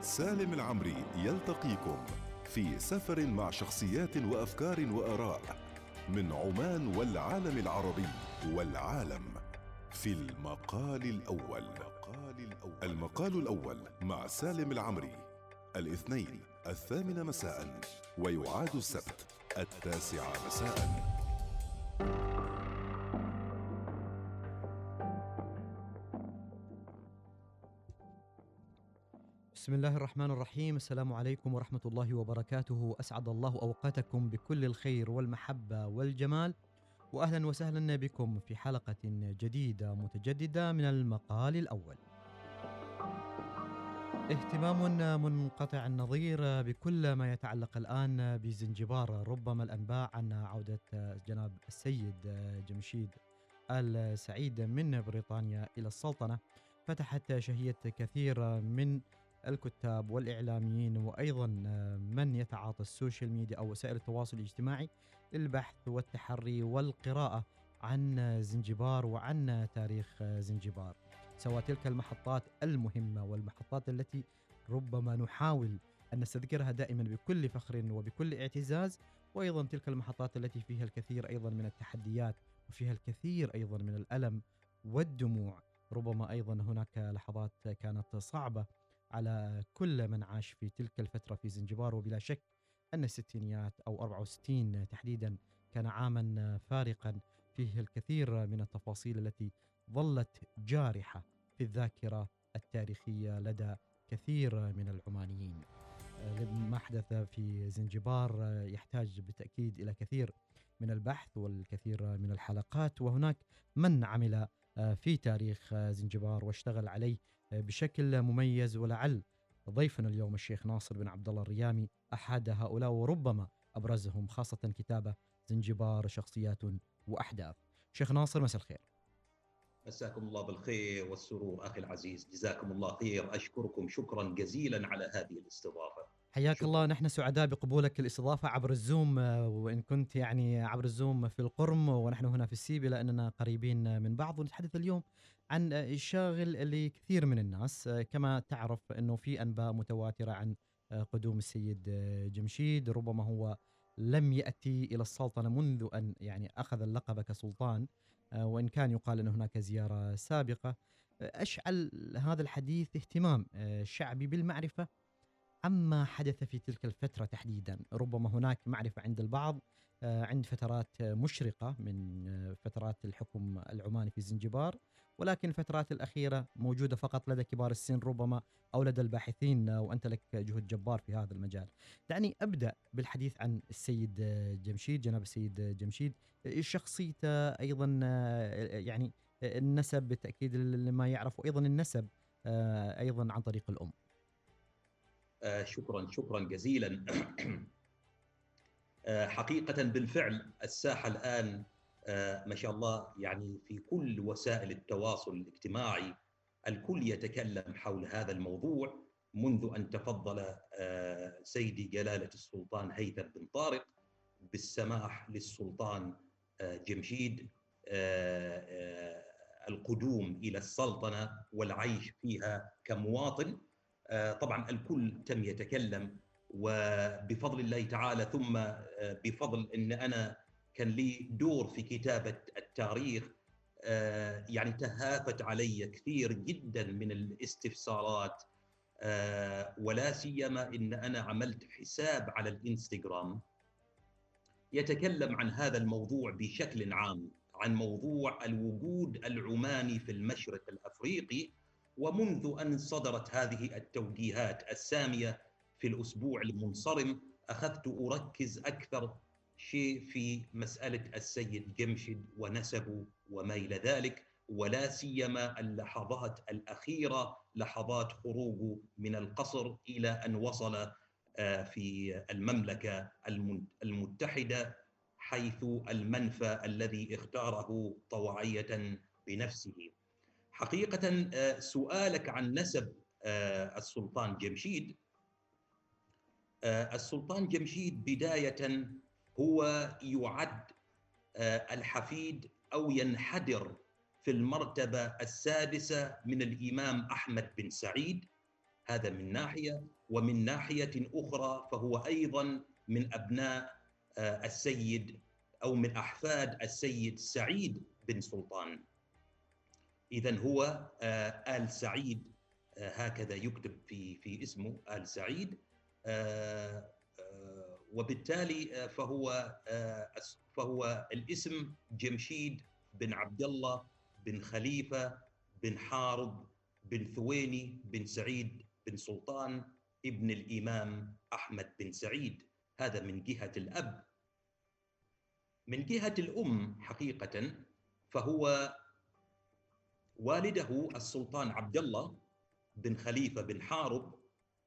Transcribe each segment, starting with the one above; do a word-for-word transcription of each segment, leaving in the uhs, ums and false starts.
سالم العمري يلتقيكم في سفر مع شخصيات وأفكار وآراء من عمان والعالم العربي والعالم. في المقال الأول. المقال الأول مع سالم العمري، الاثنين الثامنة مساء، ويعاد السبت التاسعة مساء. بسم الله الرحمن الرحيم. السلام عليكم ورحمة الله وبركاته. أسعد الله أوقاتكم بكل الخير والمحبة والجمال، وأهلا وسهلا بكم في حلقة جديدة متجددة من المقال الأول. اهتمام منقطع النظير بكل ما يتعلق الآن بزنجبار. ربما الأنباء عن عودة جناب السيد جمشيد آل سعيد من بريطانيا إلى السلطنة فتحت شهية كثير من الكتاب والإعلاميين، وأيضا من يتعاطى السوشيال ميديا أو وسائل التواصل الاجتماعي للبحث والتحري والقراءة عن زنجبار وعن تاريخ زنجبار، سواء تلك المحطات المهمة والمحطات التي ربما نحاول أن نستذكرها دائما بكل فخر وبكل اعتزاز، وأيضا تلك المحطات التي فيها الكثير أيضا من التحديات وفيها الكثير أيضا من الألم والدموع. ربما أيضا هناك لحظات كانت صعبة على كل من عاش في تلك الفترة في زنجبار، وبلا شك أن الستينيات أو أربعة وستين تحديدا كان عاما فارقا فيه الكثير من التفاصيل التي ظلت جارحة في الذاكرة التاريخية لدى كثير من العمانيين. ما حدث في زنجبار يحتاج بالتأكيد إلى كثير من البحث والكثير من الحلقات، وهناك من عمل في تاريخ زنجبار واشتغل عليه بشكل مميز، ولعل ضيفنا اليوم الشيخ ناصر بن عبد الله الريامي أحد هؤلاء وربما أبرزهم، خاصة كتابه زنجبار شخصيات وأحداث. شيخ ناصر، مساء الخير. مساكم الله بالخير والسرور أخي العزيز، جزاكم الله خير. أشكركم شكرا جزيلا على هذه الاستضافة. حياك شكرا. الله، نحن سعداء بقبولك الاستضافة عبر الزوم، وإن كنت يعني عبر الزوم في القرم ونحن هنا في السيبي لأننا قريبين من بعض، ونتحدث اليوم عن الشاغل لكثير من الناس. كما تعرف أنه في أنباء متواترة عن قدوم السيد جمشيد، ربما هو لم يأتي إلى السلطنة منذ أن يعني أخذ اللقب كسلطان، وإن كان يقال أن هناك زيارة سابقة. أشعل هذا الحديث اهتمام شعبي بالمعرفة عما حدث في تلك الفترة تحديدا. ربما هناك معرفة عند البعض عند فترات مشرقة من فترات الحكم العماني في زنجبار، ولكن الفترات الأخيرة موجودة فقط لدى كبار السن ربما أو لدى الباحثين، وأنت لك جهد جبار في هذا المجال. دعني أبدأ بالحديث عن السيد جمشيد، جناب السيد جمشيد، شخصيته أيضا، يعني النسب بالتأكيد لما يعرفه، أيضا النسب أيضا عن طريق الأم. آه شكرا شكرا جزيلا. آه حقيقة بالفعل الساحة الآن آه ما شاء الله، يعني في كل وسائل التواصل الاجتماعي الكل يتكلم حول هذا الموضوع، منذ أن تفضل آه سيدي جلالة السلطان هيثم بن طارق بالسماح للسلطان آه جمشيد آه آه القدوم إلى السلطنة والعيش فيها كمواطن. طبعا الكل تم يتكلم، وبفضل الله تعالى ثم بفضل ان انا كان لي دور في كتابة التاريخ، يعني تهافت علي كثير جدا من الاستفسارات، ولا سيما ان انا عملت حساب على الانستغرام يتكلم عن هذا الموضوع بشكل عام، عن موضوع الوجود العماني في المشرق الافريقي. ومنذ أن صدرت هذه التوجيهات السامية في الأسبوع المنصرم أخذت أركز أكثر شيء في مسألة السيد جمشيد ونسبه وما إلى ذلك، ولا سيما اللحظات الأخيرة، لحظات خروجه من القصر إلى أن وصل في المملكة المتحدة، حيث المنفى الذي اختاره طوعية بنفسه. حقيقة سؤالك عن نسب السلطان جمشيد، السلطان جمشيد بداية هو يعد الحفيد أو ينحدر في المرتبة السادسة من الإمام أحمد بن سعيد، هذا من ناحية. ومن ناحية أخرى فهو أيضا من أبناء السيد أو من أحفاد السيد سعيد بن سلطان. إذن هو آل سعيد، هكذا يكتب في في اسمه آل سعيد، وبالتالي فهو فهو الاسم جمشيد بن عبد الله بن خليفة بن حارب بن ثويني بن سعيد بن سلطان ابن الإمام أحمد بن سعيد. هذا من جهة الأب. من جهة الأم حقيقة فهو والده السلطان عبد الله بن خليفة بن حارب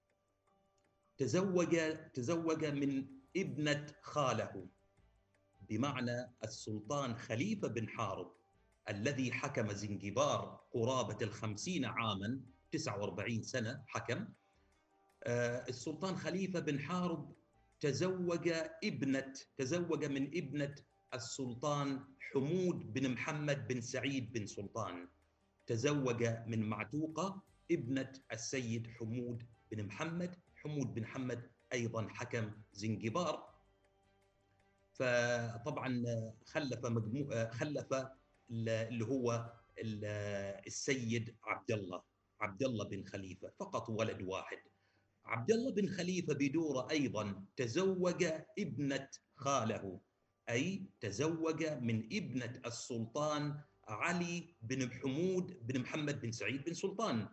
تزوج تزوج من ابنة خاله، بمعنى السلطان خليفة بن حارب الذي حكم زنجبار قرابة الخمسين عاما، تسعة وأربعين سنة حكم. السلطان خليفة بن حارب تزوج ابنة تزوج من ابنة السلطان حمود بن محمد بن سعيد بن سلطان، تزوج من معتوقة ابنة السيد حمود بن محمد. حمود بن محمد أيضا حكم زنجبار. فطبعا خلف مجموعة خلف اللي هو السيد عبد الله عبد الله بن خليفة، فقط ولد واحد. عبد الله بن خليفة بدوره أيضا تزوج ابنة خاله، أي تزوج من ابنة السلطان علي بن حمود بن محمد بن سعيد بن سلطان.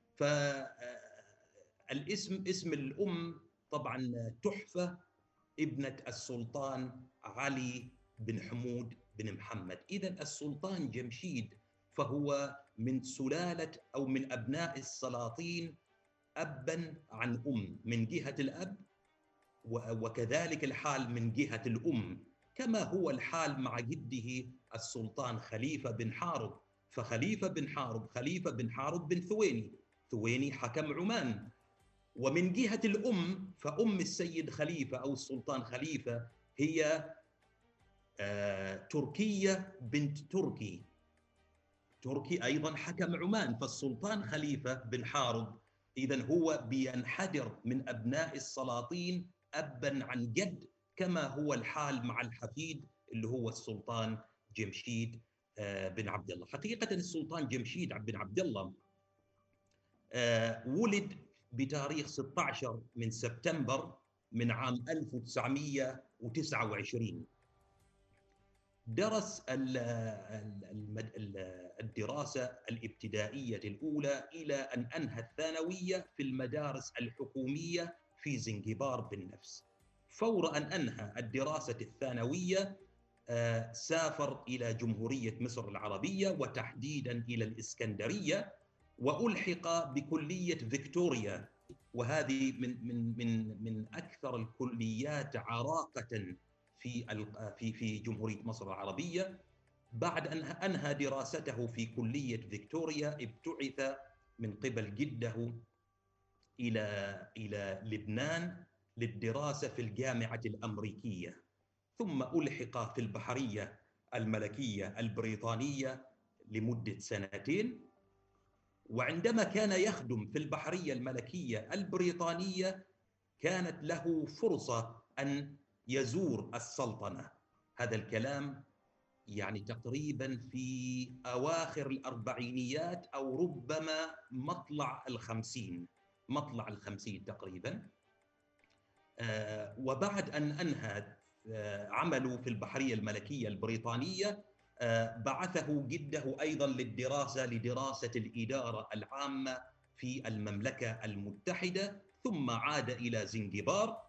فالاسم اسم الأم طبعا تحفة ابنة السلطان علي بن حمود بن محمد. إذن السلطان جمشيد فهو من سلالة أو من أبناء السلاطين أبا عن أم من جهة الأب، وكذلك الحال من جهة الأم، كما هو الحال مع جده السلطان خليفة بن حارب. فخليفة بن حارب خليفة بن حارب بن ثويني، ثويني حكم عمان. ومن جهة الأم فأم السيد خليفة أو السلطان خليفة هي آه تركية بنت تركي، تركي أيضا حكم عمان. فالسلطان خليفة بن حارب إذن هو بينحدر من أبناء السلاطين أبا عن جد، كما هو الحال مع الحفيد اللي هو السلطان جمشيد بن عبد الله. حقيقة السلطان جمشيد بن عبد الله ولد بتاريخ ستة عشر من سبتمبر من عام ألف وتسعمئة وتسعة وعشرين. درس الدراسة الابتدائية الأولى إلى أن أنهى الثانوية في المدارس الحكومية في زنجبار بالنفس. فور أن أنهى الدراسة الثانوية سافر إلى جمهورية مصر العربية وتحديداً إلى الإسكندرية، وألحق بكلية فيكتوريا، وهذه من من من من أكثر الكليات عراقة في في في جمهورية مصر العربية. بعد أن أنهى دراسته في كلية فيكتوريا ابتعث من قبل جده إلى إلى لبنان للدراسة في الجامعة الأمريكية، ثم ألحق في البحرية الملكية البريطانية لمدة سنتين. وعندما كان يخدم في البحرية الملكية البريطانية كانت له فرصة أن يزور السلطنة. هذا الكلام يعني تقريبا في أواخر الأربعينيات أو ربما مطلع الخمسين مطلع الخمسين تقريبا. آه وبعد أن أنهى آه عمله في البحرية الملكية البريطانية آه بعثه جده أيضا للدراسة لدراسة الإدارة العامة في المملكة المتحدة، ثم عاد إلى زنجبار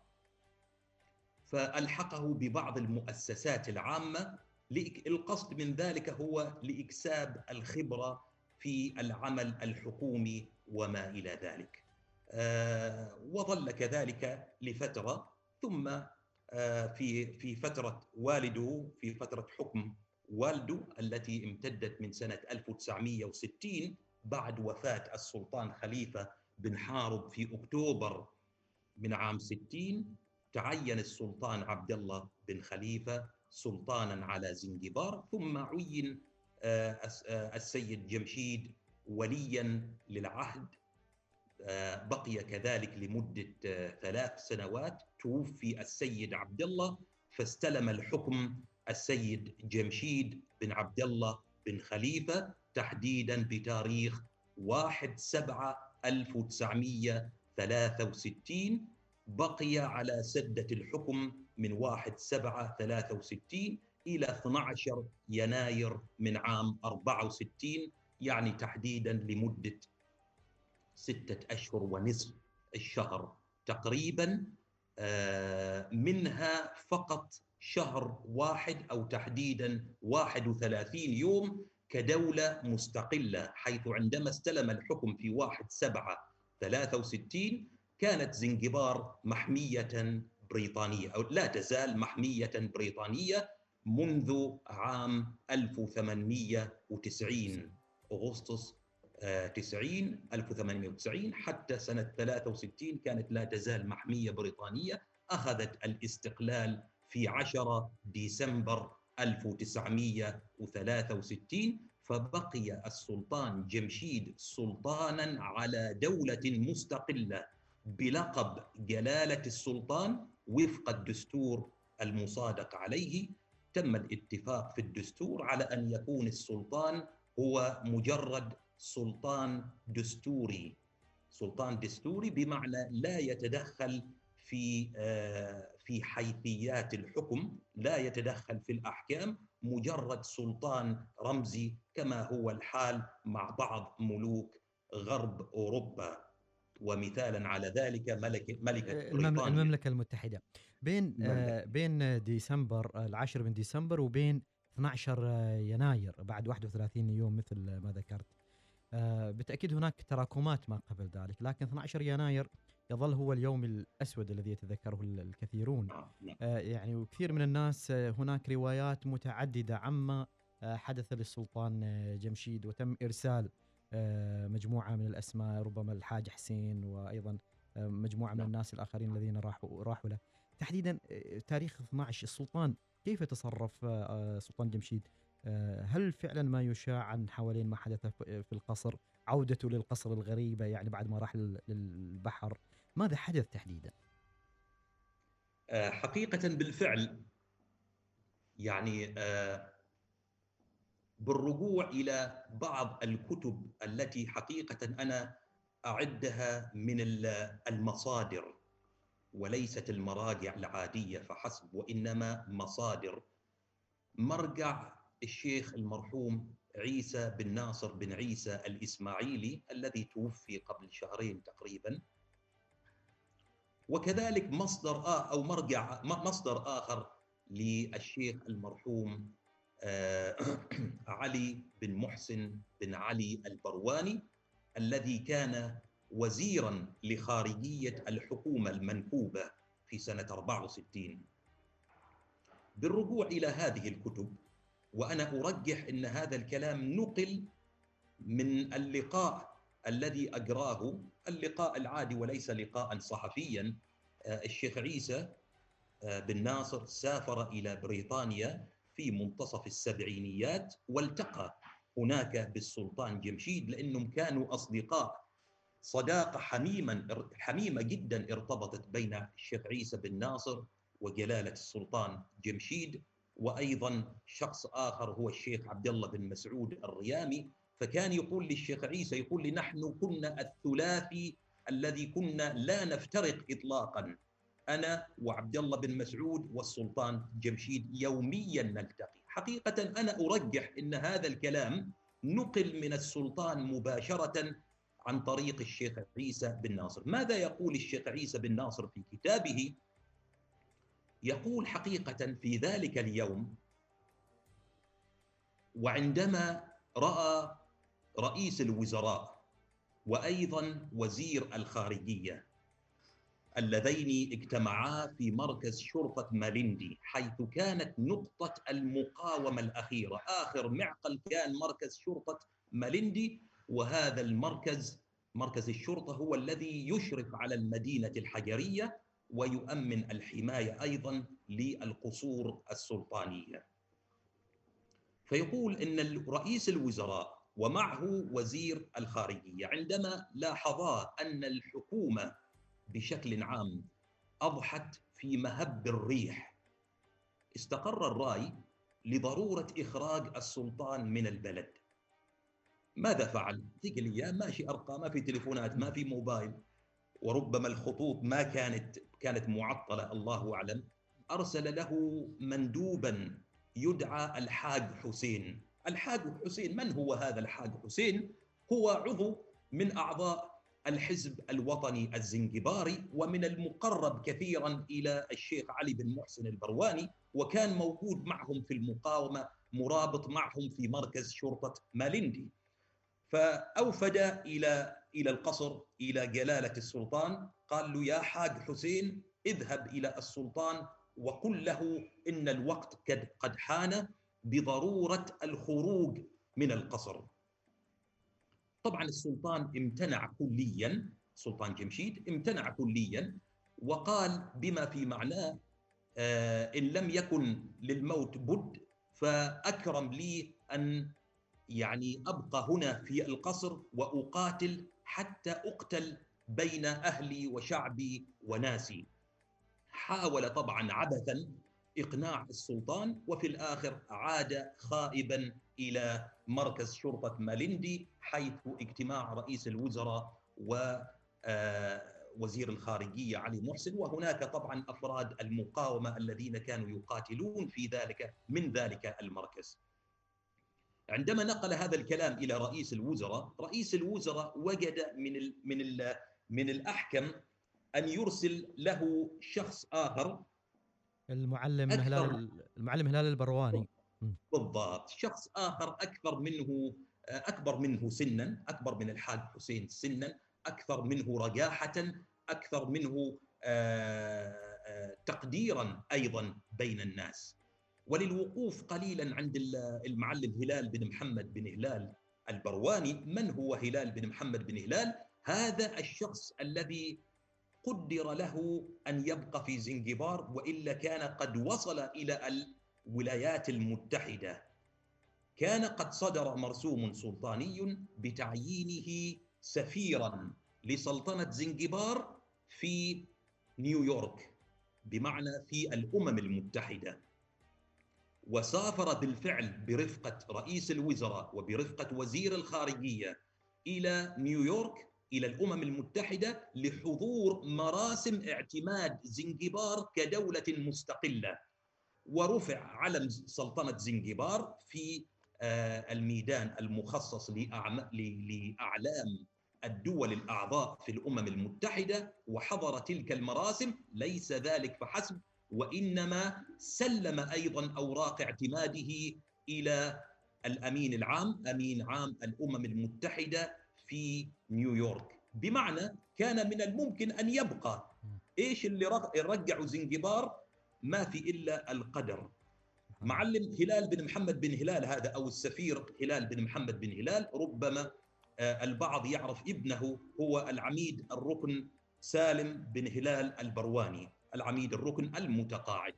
فألحقه ببعض المؤسسات العامة. القصد من ذلك هو لإكساب الخبرة في العمل الحكومي وما إلى ذلك. آه وظل كذلك لفترة، ثم آه في في فترة والده في فترة حكم والده التي امتدت من سنة ألف وتسعمئة وستين بعد وفاة السلطان خليفة بن حارب في أكتوبر من عام ستين، تعين السلطان عبد الله بن خليفة سلطانا على زنجبار، ثم عين السيد جمشيد وليا للعهد بقي كذلك لمدة ثلاث سنوات. توفي السيد عبد الله، فاستلم الحكم السيد جمشيد بن عبد الله بن خليفة، تحديدا بتاريخ واحد سبعة ألف وتسعمئة وثلاثة وستين. بقي على سدة الحكم من واحد سبعة ثلاثة وستين إلى اثني عشر يناير من عام أربعة وستين، يعني تحديدا لمدة ستة أشهر ونصف الشهر تقريبا. منها فقط شهر واحد أو تحديدا واحد وثلاثين يوم كدولة مستقلة، حيث عندما استلم الحكم في واحد سبعة ثلاثة وستين كانت زنجبار محمية بريطانية، أو لا تزال محمية بريطانية منذ عام ألف وثمانمئة وتسعين، أغسطس تسعين ألف وثمانمئة وتسعين حتى سنة ثلاثة وستين كانت لا تزال محمية بريطانية. أخذت الاستقلال في عشرة ديسمبر ألف وتسعمئة وثلاثة وستين، فبقي السلطان جمشيد سلطانا على دولة مستقلة بلقب جلالة السلطان وفق الدستور المصادق عليه. تم الاتفاق في الدستور على أن يكون السلطان هو مجرد سلطان دستوري، سلطان دستوري بمعنى لا يتدخل في في حيثيات الحكم، لا يتدخل في الأحكام، مجرد سلطان رمزي كما هو الحال مع بعض ملوك غرب أوروبا. ومثالا على ذلك ملكة ملكة بريطانيا المملكة المتحدة. بين آه بين ديسمبر العاشر من ديسمبر وبين اثني عشر يناير بعد واحد وثلاثين يوم مثل ما ذكرت، آه بالتأكيد هناك تراكمات ما قبل ذلك، لكن اثني عشر يناير يظل هو اليوم الأسود الذي يتذكره الكثيرون. آه يعني وكثير من الناس آه هناك روايات متعددة عما آه حدث للسلطان آه جمشيد، وتم إرسال آه مجموعة من الأسماء، ربما الحاج حسين وأيضا آه مجموعة من الناس الآخرين الذين راحوا راحوا له. تحديدا آه تاريخ اثني عشر السلطان كيف تصرف آه سلطان جمشيد؟ آه هل فعلا ما يشاع عن حوالين ما حدث في القصر، عودته للقصر الغريبة يعني بعد ما راح للبحر، ماذا حدث تحديدا؟ آه حقيقة بالفعل يعني آه بالرجوع إلى بعض الكتب التي حقيقة أنا أعدها من المصادر وليست المراجع العادية فحسب، وإنما مصادر. مرجع الشيخ المرحوم عيسى بن ناصر بن عيسى الإسماعيلي الذي توفي قبل شهرين تقريبا، وكذلك مصدر آه أو مرجع مصدر آخر للشيخ المرحوم علي بن محسن بن علي البرواني الذي كان وزيرا لخارجية الحكومة المنكوبة في سنة أربعة وستين. بالرجوع إلى هذه الكتب، وأنا أرجح أن هذا الكلام نقل من اللقاء الذي أجراه، اللقاء العادي وليس لقاء صحفيا. الشيخ عيسى بن ناصر سافر إلى بريطانيا في منتصف السبعينيات والتقى هناك بالسلطان جمشيد، لأنهم كانوا أصدقاء، صداقة حميما حميمة جدا ارتبطت بين الشيخ عيسى بن ناصر وجلالة السلطان جمشيد، وأيضا شخص آخر هو الشيخ عبد الله بن مسعود الريامي. فكان يقول للشيخ عيسى، يقول لي نحن كنا الثلاثي الذي كنا لا نفترق إطلاقا، أنا وعبد الله بن مسعود والسلطان جمشيد يوميا نلتقي. حقيقة أنا أرجح أن هذا الكلام نقل من السلطان مباشرة عن طريق الشيخ عيسى بن ناصر. ماذا يقول الشيخ عيسى بن ناصر في كتابه؟ يقول حقيقة في ذلك اليوم، وعندما رأى رئيس الوزراء وأيضا وزير الخارجية اللذين اجتمعا في مركز شرطة ماليندي، حيث كانت نقطة المقاومة الأخيرة، آخر معقل كان مركز شرطة ماليندي، وهذا المركز مركز الشرطة هو الذي يشرف على المدينة الحجرية ويؤمن الحماية أيضا للقصور السلطانية. فيقول إن رئيس الوزراء ومعه وزير الخارجية. عندما لاحظا أن الحكومة بشكل عام أضحت في مهب الريح، استقر الرأي لضرورة إخراج السلطان من البلد. ماذا فعل؟ ذيك الأيام ماشي أرقام، ما في تليفونات، ما في موبايل، وربما الخطوط ما كانت كانت معطلة، الله أعلم. أرسل له مندوبا يدعى الحاج حسين. الحاج حسين، من هو هذا الحاج حسين؟ هو عضو من أعضاء الحزب الوطني الزنجباري، ومن المقرب كثيرا إلى الشيخ علي بن محسن البرواني، وكان موجود معهم في المقاومة، مرابط معهم في مركز شرطة مالندي. فأوفد إلى إلى القصر إلى جلالة السلطان، قال له: يا حاج حسين، اذهب إلى السلطان وقل له إن الوقت قد حان بضرورة الخروج من القصر. طبعا السلطان امتنع كليا، السلطان جمشيد امتنع كليا، وقال بما في معناه: آه إن لم يكن للموت بد فأكرم لي أن يعني أبقى هنا في القصر وأقاتل حتى أقتل بين أهلي وشعبي وناسي. حاول طبعا عبثا إقناع السلطان، وفي الآخر عاد خائبا إلى مركز شرطة مالندي، حيث اجتماع رئيس الوزراء ووزير الخارجية علي محسن، وهناك طبعا أفراد المقاومة الذين كانوا يقاتلون في ذلك من ذلك المركز. عندما نقل هذا الكلام إلى رئيس الوزراء، رئيس الوزراء وجد من ال من ال من الأحكم أن يرسل له شخص آخر، المعلم هلال المعلم هلال البرواني. بالضبط، شخص آخر أكثر منه أكبر منه سنا، أكبر من الحاج حسين سنا، أكثر منه رجاحة، أكثر منه تقديرا أيضا بين الناس. وللوقوف قليلا عند المعلم هلال بن محمد بن هلال البرواني. من هو هلال بن محمد بن هلال؟ هذا الشخص الذي قدر له أن يبقى في زنجبار، وإلا كان قد وصل إلى الولايات المتحدة. كان قد صدر مرسوم سلطاني بتعيينه سفيرا لسلطنة زنجبار في نيويورك، بمعنى في الأمم المتحدة. وسافر بالفعل برفقة رئيس الوزراء وبرفقة وزير الخارجية إلى نيويورك، إلى الأمم المتحدة، لحضور مراسم اعتماد زنجبار كدولة مستقلة. ورفع علم سلطنة زنجبار في الميدان المخصص لأعلام الدول الأعضاء في الأمم المتحدة، وحضر تلك المراسم. ليس ذلك فحسب، وإنما سلم أيضا أوراق اعتماده إلى الأمين العام، أمين عام الأمم المتحدة في نيويورك. بمعنى كان من الممكن أن يبقى. إيش اللي رجعوا زنجبار؟ ما في إلا القدر. معلم هلال بن محمد بن هلال هذا، أو السفير هلال بن محمد بن هلال، ربما البعض يعرف ابنه هو العميد الركن سالم بن هلال البرواني، العميد الركن المتقاعد.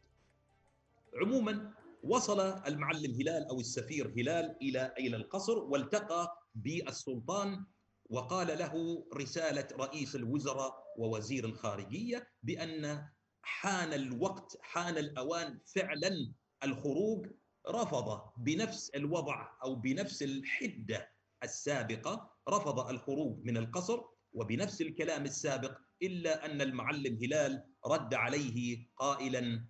عموما وصل المعلم هلال أو السفير هلال إلى إلى القصر، والتقى بالسلطان، وقال له رسالة رئيس الوزراء ووزير الخارجية بأن حان الوقت، حان الأوان فعلا الخروج. رفض بنفس الوضع أو بنفس الحدة السابقة، رفض الخروج من القصر وبنفس الكلام السابق، إلا أن المعلم هلال رد عليه قائلا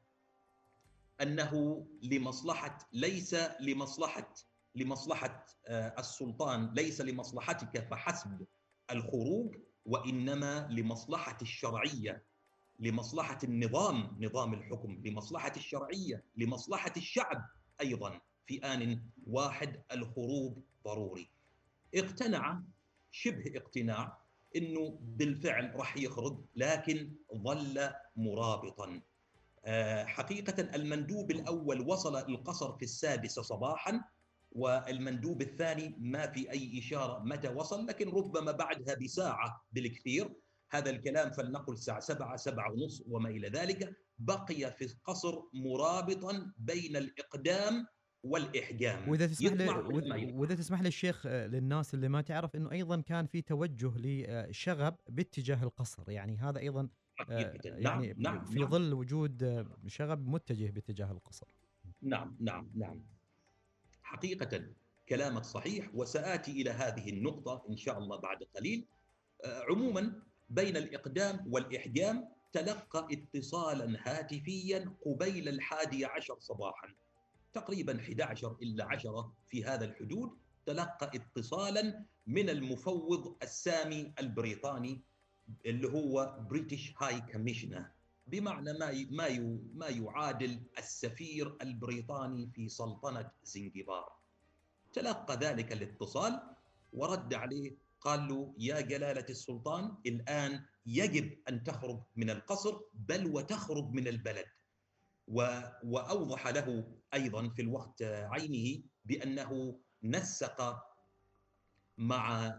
أنه لمصلحة، ليس لمصلحة لمصلحة السلطان، ليس لمصلحتك فحسب الخروج، وإنما لمصلحة الشرعية، لمصلحة النظام، نظام الحكم، لمصلحة الشرعية، لمصلحة الشعب أيضا. في آن واحد الخروج ضروري. اقتنع شبه اقتناع إنه بالفعل راح يخرج، لكن ظل مرابطا. حقيقة المندوب الأول وصل القصر في السادسة صباحا، والمندوب الثاني ما في أي إشارة متى وصل، لكن ربما بعدها بساعة بالكثير. هذا الكلام فلنقل الساعة سبعة، سبعة ونصف وما إلى ذلك. بقي في القصر مرابطا بين الإقدام والإحجام. واذا تسمح لي يطمع ولا ما وإذ- واذا يطمع؟ تسمح لي الشيخ، آه، للناس اللي ما تعرف انه ايضا كان في توجه لشغب باتجاه القصر، يعني هذا ايضا آه، حقيقة يعني نعم نعم في نعم ظل وجود آه، شغب متجه باتجاه القصر. نعم نعم نعم حقيقة كلامك صحيح، وسآتي إلى هذه النقطة إن شاء الله بعد قليل. آه، عموما بين الإقدام والإحجام تلقى اتصالا هاتفيا قبيل الحادي عشر صباحا، تقريبا أحد عشر إلى عشرة في هذا الحدود، تلقى اتصالا من المفوض السامي البريطاني اللي هو بريتش هاي كوميشنر، بمعنى ما ما ما يعادل السفير البريطاني في سلطنة زنجبار. تلقى ذلك الاتصال ورد عليه، قال له: يا جلالة السلطان، الآن يجب أن تخرج من القصر، بل وتخرج من البلد. وأوضح له أيضا في الوقت عينه بأنه نسق مع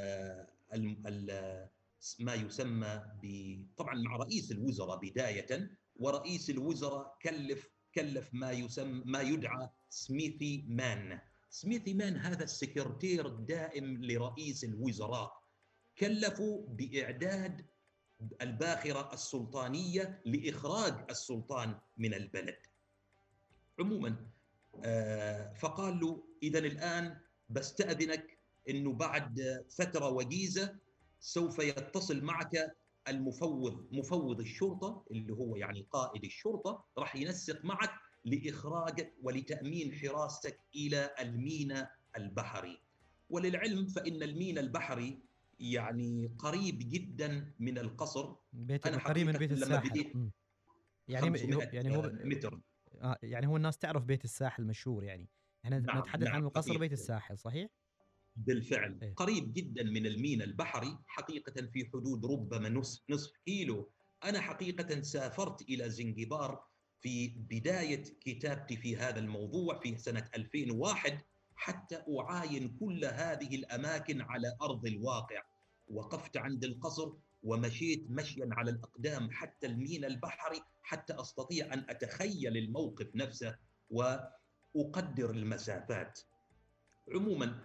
ما يسمى طبعا مع رئيس الوزراء بداية، ورئيس الوزراء كلف كلف ما يسمى ما يدعى سميثي مان. سميثي مان هذا السكرتير الدائم لرئيس الوزراء، كلفوا بإعداد الباخرة السلطانية لإخراج السلطان من البلد. عموما فقال له: إذا الآن بستأذنك أنه بعد فترة وجيزة سوف يتصل معك المفوض مفوض الشرطة اللي هو يعني قائد الشرطة، راح ينسق معك لإخراجك ولتأمين حراستك إلى الميناء البحري. وللعلم فإن الميناء البحري يعني قريب جدا من القصر. بيت أنا قريب من حقيقة بيت لما الساحل. بديت مم. يعني هو خمسمائة يعني هو متر. آه يعني هو الناس تعرف بيت الساحل مشهور، يعني احنا نعم نتحدث عن نعم القصر بيت حقيقة الساحل، صحيح؟ بالفعل إيه؟ قريب جدا من الميناء البحري، حقيقة في حدود ربما نصف نصف كيلو. أنا حقيقة سافرت إلى زنجبار في بداية كتابتي في هذا الموضوع في سنة ألفين وواحد حتى أعاين كل هذه الأماكن على أرض الواقع. وقفت عند القصر ومشيت مشيا على الأقدام حتى الميناء البحري حتى أستطيع أن أتخيل الموقف نفسه وأقدر المسافات. عموما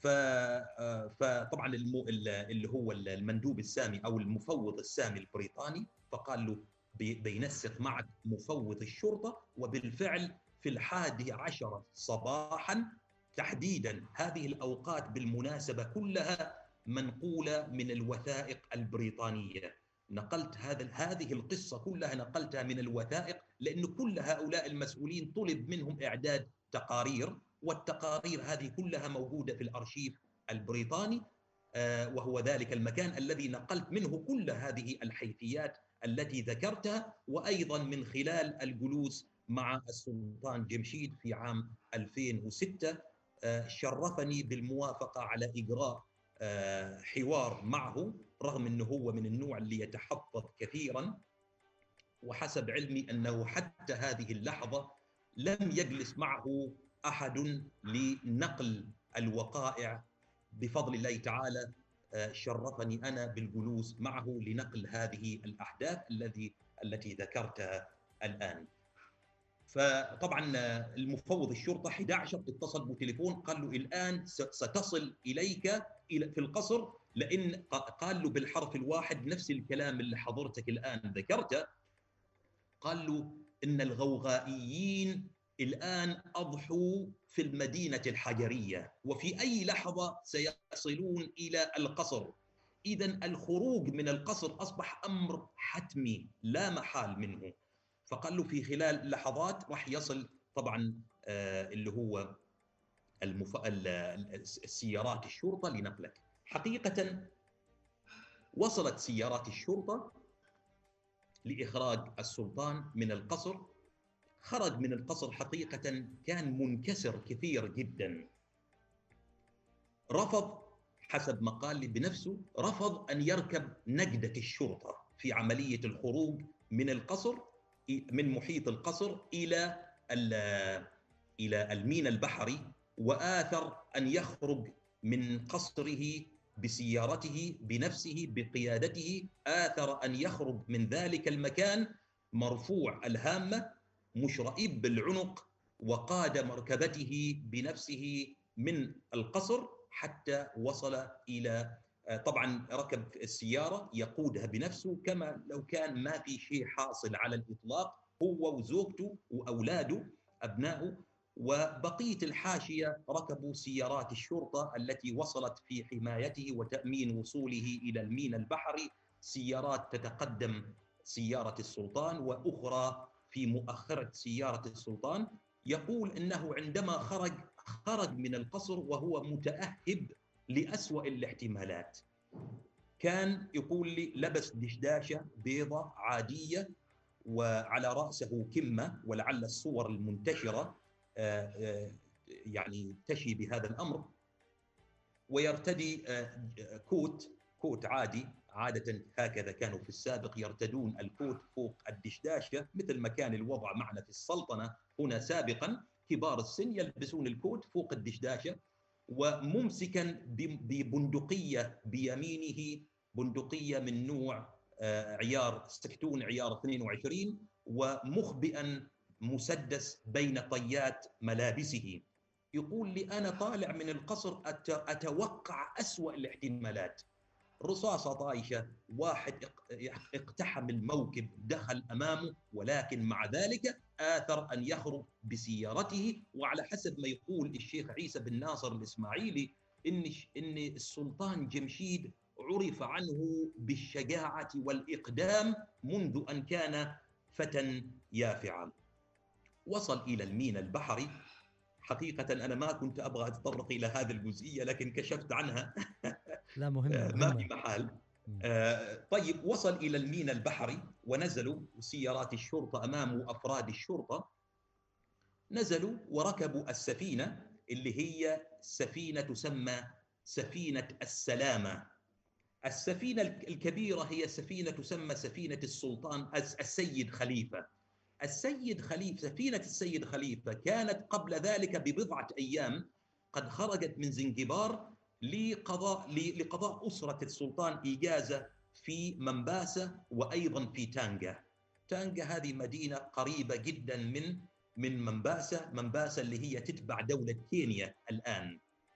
فطبعا اللي هو المندوب السامي او المفوض السامي البريطاني فقال له: بينسق معك مفوض الشرطه. وبالفعل في الحادي عشر صباحا تحديدا، هذه الاوقات بالمناسبه كلها منقوله من الوثائق البريطانيه. نقلت هذا هذه القصه كلها نقلتها من الوثائق، لأن كل هؤلاء المسؤولين طلب منهم اعداد تقارير، والتقارير هذه كلها موجودة في الأرشيف البريطاني، وهو ذلك المكان الذي نقلت منه كل هذه الحيثيات التي ذكرتها، وأيضا من خلال الجلوس مع السلطان جمشيد في عام ألفين وستة. شرفني بالموافقة على إجراء حوار معه، رغم أنه هو من النوع اللي يتحفظ كثيرا، وحسب علمي أنه حتى هذه اللحظة لم يجلس معه أحد لنقل الوقائع. بفضل الله تعالى شرفني أنا بالجلوس معه لنقل هذه الأحداث الذي التي ذكرتها الآن. فطبعا المفوض الشرطة أحد عشر اتصل بتليفون، قال له: الآن ستصل إليك في القصر، لأن قال له بالحرف الواحد نفس الكلام اللي حضرتك الآن ذكرته. قال له: إن الغوغائيين الآن أضحوا في المدينة الحجرية، وفي أي لحظة سيصلون إلى القصر. إذن الخروج من القصر أصبح أمر حتمي لا محال منه. فقال له: في خلال لحظات راح يصل طبعا آه اللي هو المف... السيارات الشرطة لنقلك. حقيقة وصلت سيارات الشرطة لإخراج السلطان من القصر. خرج من القصر حقيقة كان منكسر كثير جدا. رفض حسب ما قال لي بنفسه، رفض أن يركب نجدة الشرطة في عملية الخروج من القصر، من محيط القصر إلى إلى الميناء البحري، وآثر أن يخرج من قصره بسيارته بنفسه بقيادته. آثر أن يخرج من ذلك المكان مرفوع الهامة، مشرئب بالعنق، وقاد مركبته بنفسه من القصر حتى وصل إلى، طبعا ركب السيارة يقودها بنفسه كما لو كان ما في شيء حاصل على الإطلاق، هو وزوجته وأولاده أبنائه، وبقية الحاشية ركبوا سيارات الشرطة التي وصلت في حمايته وتأمين وصوله إلى الميناء البحري، سيارات تتقدم سيارة السلطان وأخرى في مؤخرة سيارة السلطان. يقول أنه عندما خرج خرج من القصر وهو متأهب لأسوأ الاحتمالات. كان يقول لي لبس دشداشة بيضة عادية وعلى رأسه كمة، ولعل الصور المنتشرة يعني تشي بهذا الأمر، ويرتدي كوت كوت عادي. عادة هكذا كانوا في السابق يرتدون الكوت فوق الدشداشة، مثل ما كان الوضع معنا في السلطنة هنا سابقا، كبار السن يلبسون الكوت فوق الدشداشة، وممسكا ببندقية بيمينه، بندقية من نوع عيار سكتون عيار اثنين وعشرين، ومخبئا مسدس بين طيات ملابسه. يقول لي أنا طالع من القصر أتوقع أسوأ الاحتمالات، رصاصة طايشة، واحد اقتحم الموكب دخل أمامه، ولكن مع ذلك آثر أن يخرج بسيارته. وعلى حسب ما يقول الشيخ عيسى بن ناصر الإسماعيلي إن إن السلطان جمشيد عرف عنه بالشجاعة والإقدام منذ أن كان فتى يافعا. وصل إلى الميناء البحري. حقيقة أنا ما كنت أبغى أتطرق إلى هذه الجزئية لكن كشفت عنها. لا مهمة, مهمة. ما في محال. طيب وصل إلى الميناء البحري ونزلوا سيارات الشرطة أمامه، أفراد الشرطة نزلوا وركبوا السفينة اللي هي سفينة تسمى سفينة السلامة. السفينة الكبيرة هي سفينة تسمى سفينة السلطان السيد خليفة. السيد خليفة سفينة السيد خليفة كانت قبل ذلك ببضعة أيام قد خرجت من زنجبار لقضاء لقضاء أسرة السلطان إجازة في منباسة وأيضا في تانجا. تانجا هذه مدينة قريبة جدا من من منباسة، منباسة اللي هي تتبع دولة كينيا الآن.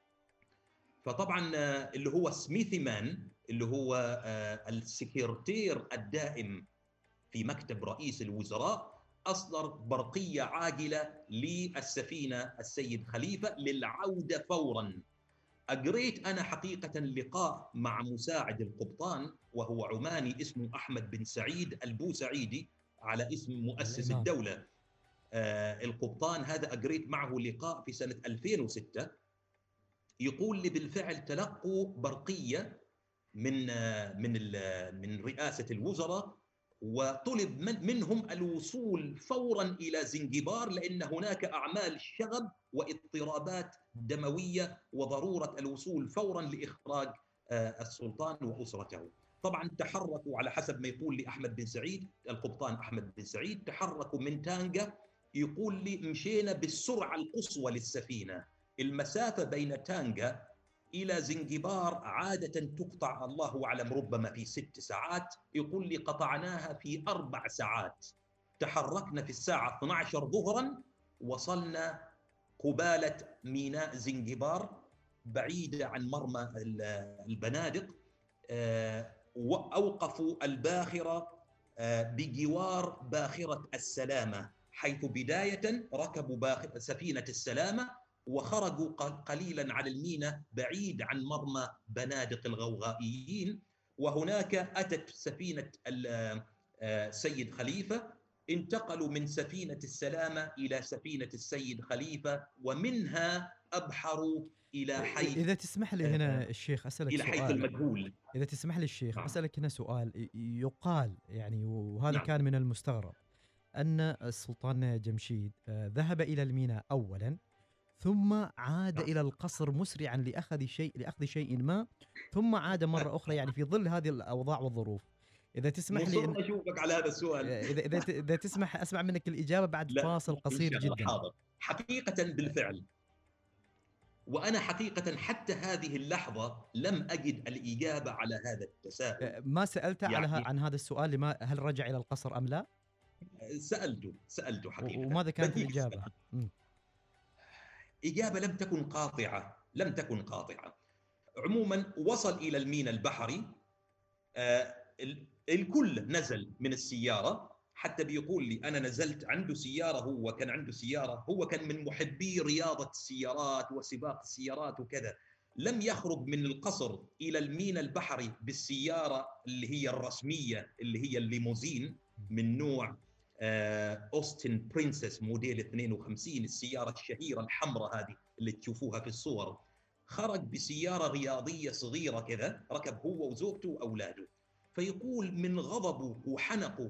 فطبعا اللي هو سميثي مان اللي هو السكرتير الدائم في مكتب رئيس الوزراء أصدر برقية عاجلة للسفينة السيد خليفة للعودة فوراً. أجريت أنا حقيقة لقاء مع مساعد القبطان وهو عماني اسمه أحمد بن سعيد البوسعيدي على اسم مؤسس الإمام. الدولة آه القبطان. هذا أجريت معه لقاء في سنة ألفين وستة. يقول لي بالفعل تلقوا برقية من آه من من رئاسة الوزراء، وطلب من منهم الوصول فورا إلى زنجبار لأن هناك أعمال شغب واضطرابات دموية وضرورة الوصول فورا لإخراج السلطان وأسرته. طبعا تحركوا على حسب ما يقول لي أحمد بن سعيد القبطان أحمد بن سعيد، تحركوا من تانجا. يقول لي مشينا بالسرعة القصوى للسفينة. المسافة بين تانجا إلى زنجبار عادة تقطع الله أعلم ربما في ست ساعات، يقول لي قطعناها في أربع ساعات. تحركنا في الساعة اثنتي عشرة ظهرا، وصلنا قبالة ميناء زنجبار بعيدة عن مرمى البنادق. وأوقفوا الباخرة بجوار باخرة السلامة، حيث بداية ركبوا سفينة السلامة وخرجوا قليلا على الميناء بعيد عن مرمى بنادق الغوغائيين. وهناك أتت سفينة السيد خليفة، انتقلوا من سفينة السلامة إلى سفينة السيد خليفة، ومنها أبحروا إلى حيث إذا تسمح لي هنا الشيخ أسألك إلى سؤال. حيث المجهول. إذا تسمح لي الشيخ نعم. أسألك هنا سؤال. يقال يعني وهذا نعم. كان من المستغرب أن السلطان جمشيد ذهب إلى الميناء أولا ثم عاد نعم. إلى القصر مسرعا لأخذ شيء لأخذ شيء ما، ثم عاد مرة أخرى يعني في ظل هذه الأوضاع والظروف. إذا تسمح لي مصر أشوفك على هذا السؤال. إذا إذا إذا تسمح أسمع منك الإجابة بعد لا فاصل قصير إن شاء الله. جدا. حاضر. حقيقة بالفعل، وأنا حقيقة حتى هذه اللحظة لم أجد الإجابة على هذا التساؤل. ما سألت يعني على عن هذا السؤال لما هل رجع إلى القصر أم لا؟ سألته سألته حقيقة. وماذا كانت الإجابة؟ إجابة لم تكن قاطعة، لم تكن قاطعة. عموما وصل إلى الميناء البحري، آه الكل نزل من السيارة، حتى بيقول لي أنا نزلت عنده سيارة، هو كان عنده سيارة، هو كان من محبي رياضة السيارات وسباق السيارات وكذا. لم يخرج من القصر إلى الميناء البحري بالسيارة اللي هي الرسمية اللي هي الليموزين من نوع آه أوستن برنسس موديل اثنين وخمسين، السيارة الشهيرة الحمراء هذه اللي تشوفوها في الصور. خرج بسيارة رياضية صغيرة كذا، ركب هو وزوجته وأولاده. فيقول من غضبه وحنقه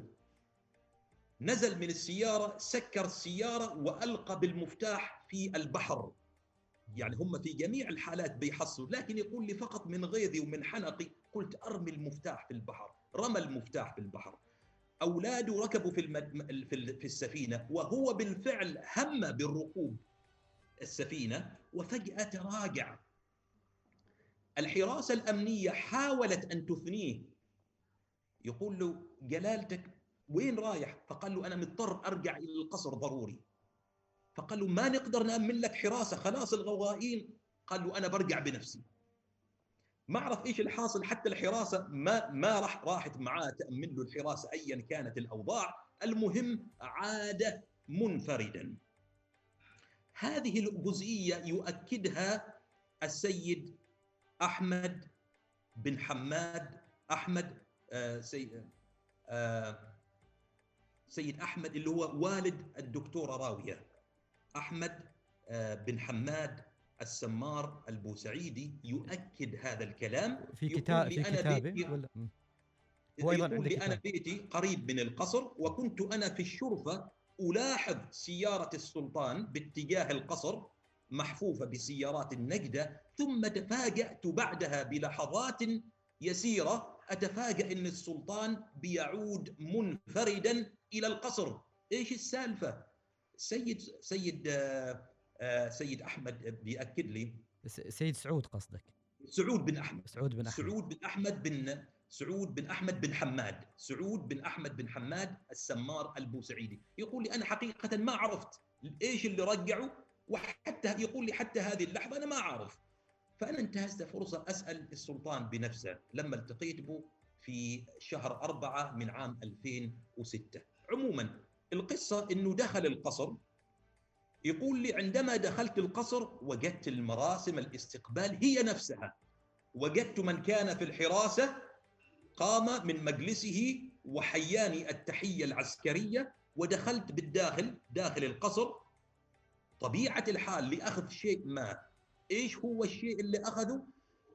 نزل من السيارة، سكر السيارة وألقى بالمفتاح في البحر. يعني هم في جميع الحالات بيحصلوا، لكن يقول لي فقط من غيظي ومن حنقي قلت أرمي المفتاح في البحر. رمى المفتاح في البحر. أولاده ركبوا في, المد... في السفينة، وهو بالفعل هم بالركوب السفينة، وفجأة تراجع. الحراسة الأمنية حاولت أن تثنيه، يقول له جلالتك وين رايح؟ فقال له أنا مضطر أرجع إلى القصر ضروري. فقال له ما نقدر نأمن لك حراسة، خلاص الغوائين. قال له أنا برجع بنفسي. ما أعرف إيش الحاصل، حتى الحراسة ما ما راح راحت معاه تأمن له الحراسة أيا كانت الأوضاع. المهم عاد منفردا. هذه الجزئية يؤكدها السيد أحمد بن حماد أحمد آه سي آه سيد أحمد اللي هو والد الدكتورة راوية، أحمد آه بن حماد السمار البوسعيدي، يؤكد هذا الكلام. في كتاب في كتابه ولا هو يقول لي أنا بيتي قريب من القصر، وكنت أنا في الشرفة ألاحظ سيارة السلطان باتجاه القصر محفوفة بسيارات النجدة، ثم تفاجأت بعدها بلحظات يسيرة أتفاجأ أن السلطان بيعود منفردا إلى القصر. إيش السالفة؟ سيد سيد آه آه سيد أحمد بيأكد لي. سيد سعود قصدك؟ سعود بن أحمد. سعود بن أحمد. سعود بن أحمد بن سعود بن أحمد بن حماد سعود بن أحمد بن حماد السمار البوسعيدي. يقول لي أنا حقيقة ما عرفت إيش اللي رجعوا، وحتى يقول لي حتى هذه اللحظة أنا ما أعرف. فأنا انتهزت فرصة أسأل السلطان بنفسه لما التقيت به في شهر أربعة من عام ألفين وستة. عموما القصة أنه دخل القصر. يقول لي عندما دخلت القصر وجدت المراسم الاستقبال هي نفسها، وجدت من كان في الحراسة قام من مجلسه وحياني التحية العسكرية، ودخلت بالداخل داخل القصر. طبيعة الحال لأخذ شيء ما. إيش هو الشيء اللي أخذه؟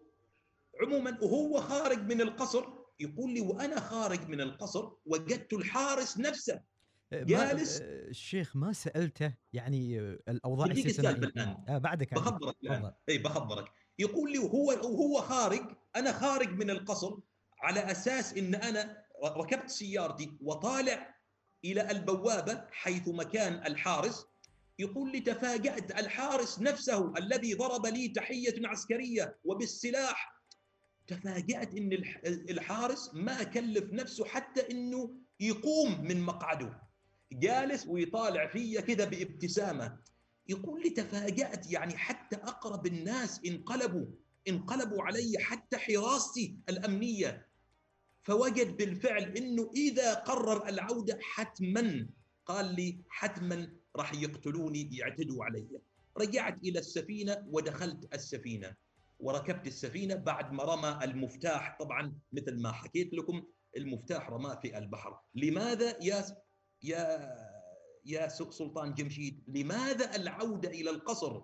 عموما وهو خارج من القصر يقول لي وأنا خارج من القصر وجدت الحارس نفسه جالس. ما الشيخ ما سألته يعني الأوضاع الاستثنائية الآن آه بعدك بخبرك الآن. أي بخبرك. يقول لي وهو وهو خارج، أنا خارج من القصر على أساس إن أنا ركبت سيارتي وطالع إلى البوابة حيث مكان الحارس. يقول لي تفاجأت الحارس نفسه الذي ضرب لي تحية عسكرية وبالسلاح. تفاجأت إن الحارس ما كلف نفسه حتى إنه يقوم من مقعده، جالس ويطالع فيا كذا بابتسامة. يقول لي تفاجأت، يعني حتى أقرب الناس انقلبوا انقلبوا علي، حتى حراستي الأمنية. فوجد بالفعل إنه إذا قرر العودة حتما، قال لي حتما راح يقتلوني يعتدوا علي. رجعت إلى السفينة ودخلت السفينة وركبت السفينة بعد ما رمى المفتاح. طبعا مثل ما حكيت لكم المفتاح رماه في البحر. لماذا يا يا يا سلطان جمشيد؟ لماذا العودة إلى القصر؟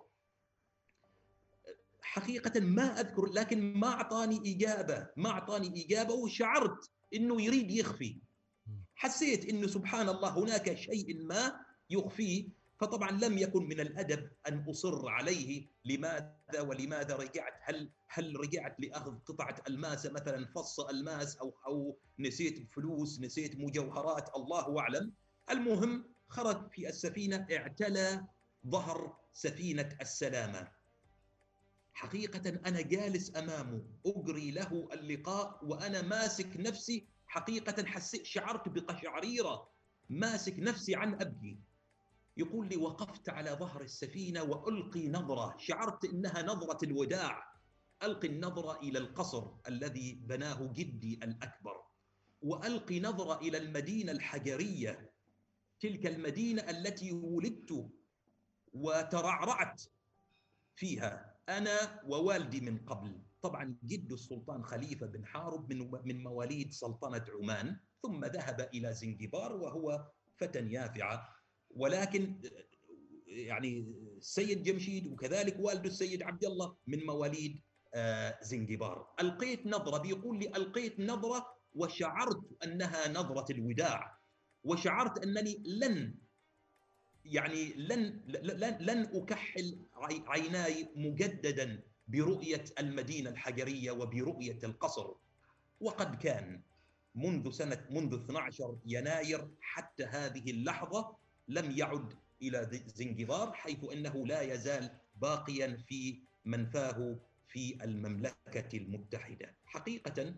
حقيقة ما أذكر، لكن ما أعطاني إجابة ما أعطاني إجابة وشعرت إنه يريد يخفي. حسيت إنه سبحان الله هناك شيء ما يخفيه. فطبعا لم يكن من الأدب أن أصر عليه لماذا ولماذا رجعت. هل هل رجعت لأخذ قطعة ألماسة مثلا، فص ألماس، أو أو نسيت فلوس، نسيت مجوهرات، الله أعلم. المهم خرج في السفينة، اعتلى ظهر سفينة السلامة. حقيقة أنا جالس أمامه أجري له اللقاء وأنا ماسك نفسي. حقيقة حسيت شعرت بقشعريرة، ماسك نفسي عن أبكي. يقول لي: وقفت على ظهر السفينة وألقي نظرة، شعرت إنها نظرة الوداع، ألقي النظرة إلى القصر الذي بناه جدي الأكبر، وألقي نظرة إلى المدينة الحجرية، تلك المدينة التي ولدت وترعرعت فيها أنا ووالدي من قبل. طبعا جد السلطان خليفة بن حارب من من مواليد سلطنة عمان، ثم ذهب إلى زنجبار وهو فتى يافعة، ولكن يعني السيد جمشيد وكذلك والده السيد عبد الله من مواليد زنجبار. ألقيت نظرة، بيقول لي: ألقيت نظرة وشعرت أنها نظرة الوداع، وشعرت أنني لن يعني لن لن لن أكحل عيناي مجددا برؤية المدينة الحجرية وبرؤية القصر. وقد كان منذ سنة منذ اثني عشر يناير حتى هذه اللحظة لم يعد إلى زنجبار، حيث أنه لا يزال باقيا في منفاه في المملكة المتحدة. حقيقة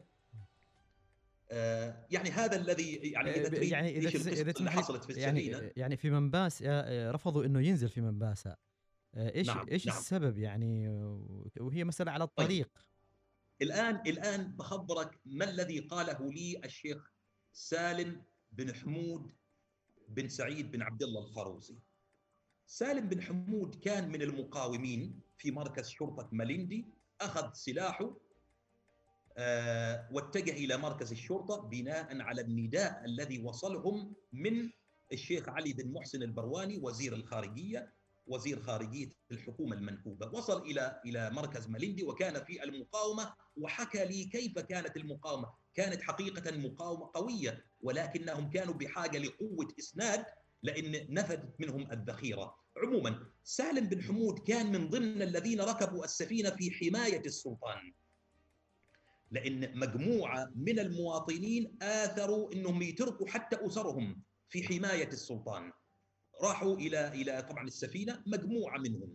آه يعني هذا الذي يعني إذا تريد يعني إذا إيش القصة إذا اللي تسمح لي، حصلت في يعني السفينة. يعني في منباس رفضوا إنه ينزل في منباسة، إيش نعم إيش نعم. السبب يعني؟ وهي مسألة على طيب الطريق. الآن الآن بخبرك ما الذي قاله لي الشيخ سالم بن حمود بن سعيد بن عبد الله الخروزي. سالم بن حمود كان من المقاومين في مركز شرطة مليندي، أخذ سلاحه آه واتجه إلى مركز الشرطة بناء على النداء الذي وصلهم من الشيخ علي بن محسن البرواني وزير الخارجية وزير خارجية الحكومة المنكوبة. وصل إلى إلى مركز مليندي وكان في المقاومة، وحكى لي كيف كانت المقاومة. كانت حقيقة مقاومة قوية، ولكنهم كانوا بحاجة لقوة إسناد لأن نفدت منهم الذخيرة. عموما سالم بن حمود كان من ضمن الذين ركبوا السفينة في حماية السلطان، لأن مجموعة من المواطنين آثروا أنهم يتركوا حتى أسرهم في حماية السلطان. راحوا إلى إلى طبعا السفينة مجموعة منهم،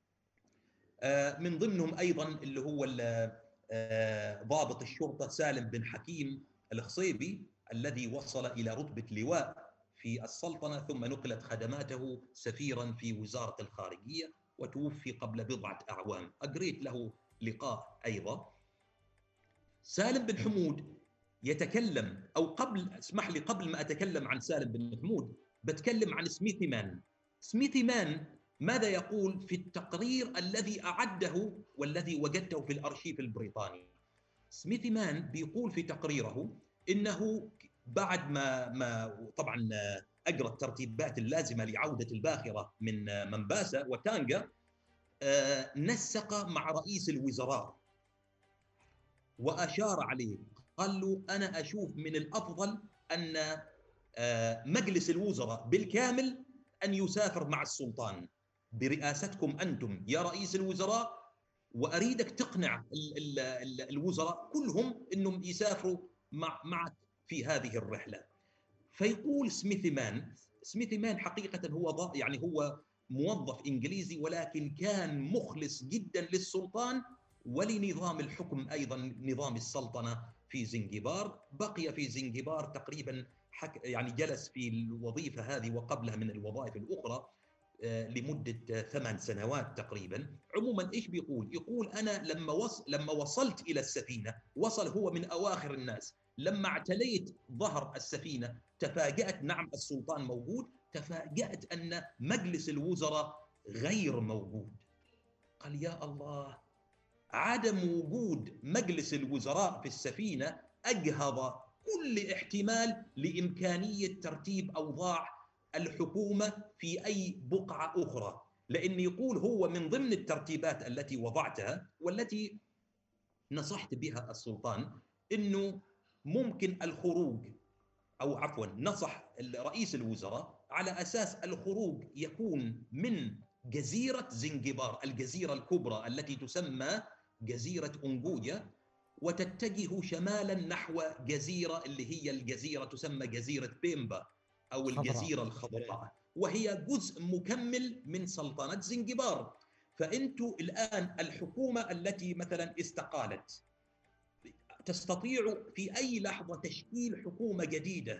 من ضمنهم أيضا اللي هو ضابط الشرطة سالم بن حكيم الخصيبي الذي وصل إلى رتبة لواء في السلطنة، ثم نقلت خدماته سفيرا في وزارة الخارجية وتوفي قبل بضعة أعوام. أجريت له لقاء أيضا. سالم بن حمود يتكلم، أو قبل اسمح لي قبل ما أتكلم عن سالم بن حمود بتكلم عن سميثي مان. سميثي مان ماذا يقول في التقرير الذي أعده والذي وجدته في الأرشيف البريطاني؟ سميثي مان بيقول في تقريره إنه بعد ما ما طبعا أجرى الترتيبات اللازمة لعودة الباخرة من منباسة وتانجا، نسق مع رئيس الوزراء وأشار عليه، قال له: أنا أشوف من الأفضل أن مجلس الوزراء بالكامل أن يسافر مع السلطان برئاستكم أنتم يا رئيس الوزراء، وأريدك تقنع ال ال الوزراء كلهم أنهم يسافروا مع معك في هذه الرحلة. فيقول سميثي مان، سميثي مان حقيقة هو يعني هو موظف إنجليزي، ولكن كان مخلص جدا للسلطان ولنظام الحكم أيضا نظام السلطنة في زنجبار. بقي في زنجبار تقريبا حك يعني جلس في الوظيفة هذه وقبلها من الوظائف الأخرى لمدة ثمان سنوات تقريبا. عموما إيش بيقول؟ يقول: أنا لما وص... لما وصلت إلى السفينة، وصل هو من أواخر الناس، لما اعتليت ظهر السفينة تفاجأت، نعم السلطان موجود، تفاجأت أن مجلس الوزراء غير موجود. قال: يا الله، عدم وجود مجلس الوزراء في السفينة أجهض كل احتمال لإمكانية ترتيب أوضاع الحكومة في أي بقعة أخرى، لأن يقول هو من ضمن الترتيبات التي وضعتها والتي نصحت بها السلطان أنه ممكن الخروج، أو عفوا نصح رئيس الوزراء على أساس الخروج يكون من جزيرة زنجبار، الجزيرة الكبرى التي تسمى جزيرة أنجوجا، وتتجه شمالا نحو جزيرة اللي هي الجزيرة تسمى جزيرة بيمبا أو الجزيرة الخضراء، وهي جزء مكمل من سلطنة زنجبار. فأنتوا الآن الحكومة التي مثلا استقالت تستطيع في أي لحظة تشكيل حكومة جديدة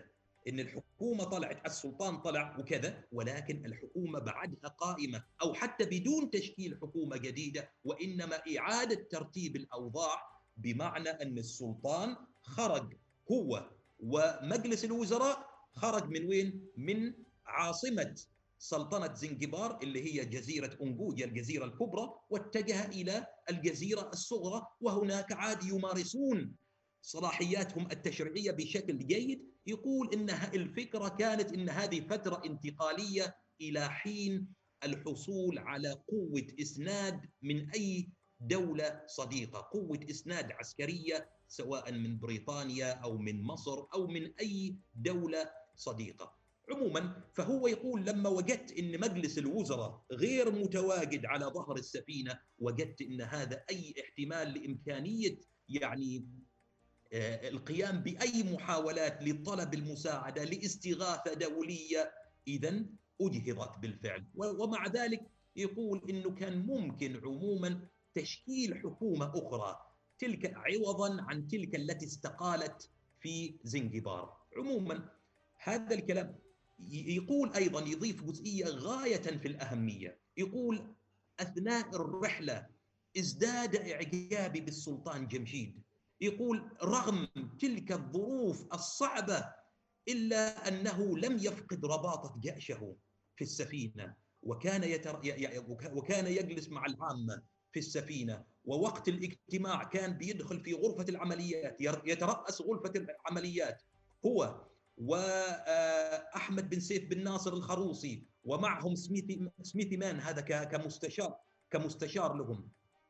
إن الحكومة طلعت، السلطان طلع وكذا، ولكن الحكومة بعدها قائمة، أو حتى بدون تشكيل حكومة جديدة، وإنما إعادة ترتيب الأوضاع، بمعنى أن السلطان خرج هو ومجلس الوزراء خرج من وين؟ من عاصمة سلطنة زنجبار اللي هي جزيرة أنجوجا الجزيرة الكبرى، واتجه إلى الجزيرة الصغرى، وهناك عاد يمارسون صلاحياتهم التشريعية بشكل جيد. يقول إن الفكرة كانت إن هذه فترة انتقالية إلى حين الحصول على قوة إسناد من أي دولة صديقة، قوة إسناد عسكرية سواء من بريطانيا أو من مصر أو من أي دولة صديقة. عموما فهو يقول لما وجدت ان مجلس الوزراء غير متواجد على ظهر السفينه، وجدت ان هذا اي احتمال لامكانيه يعني القيام باي محاولات لطلب المساعده لاستغاثه دوليه، اذا اجهضت بالفعل. ومع ذلك يقول انه كان ممكن عموما تشكيل حكومه اخرى تلك عوضا عن تلك التي استقالت في زنجبار. عموما هذا الكلام يقول أيضا، يضيف جزئية غاية في الأهمية، يقول أثناء الرحلة ازداد إعجابي بالسلطان جمشيد. يقول رغم تلك الظروف الصعبة إلا أنه لم يفقد رباطة جأشه في السفينة، وكان يتر... وكان يجلس مع العامة في السفينة، ووقت الاجتماع كان بيدخل في غرفة العمليات، يترأس غرفة العمليات هو وأحمد بن سيف بن ناصر الخروصي، ومعهم سميثي سميثي مان هذا كمستشار كمستشار لهم،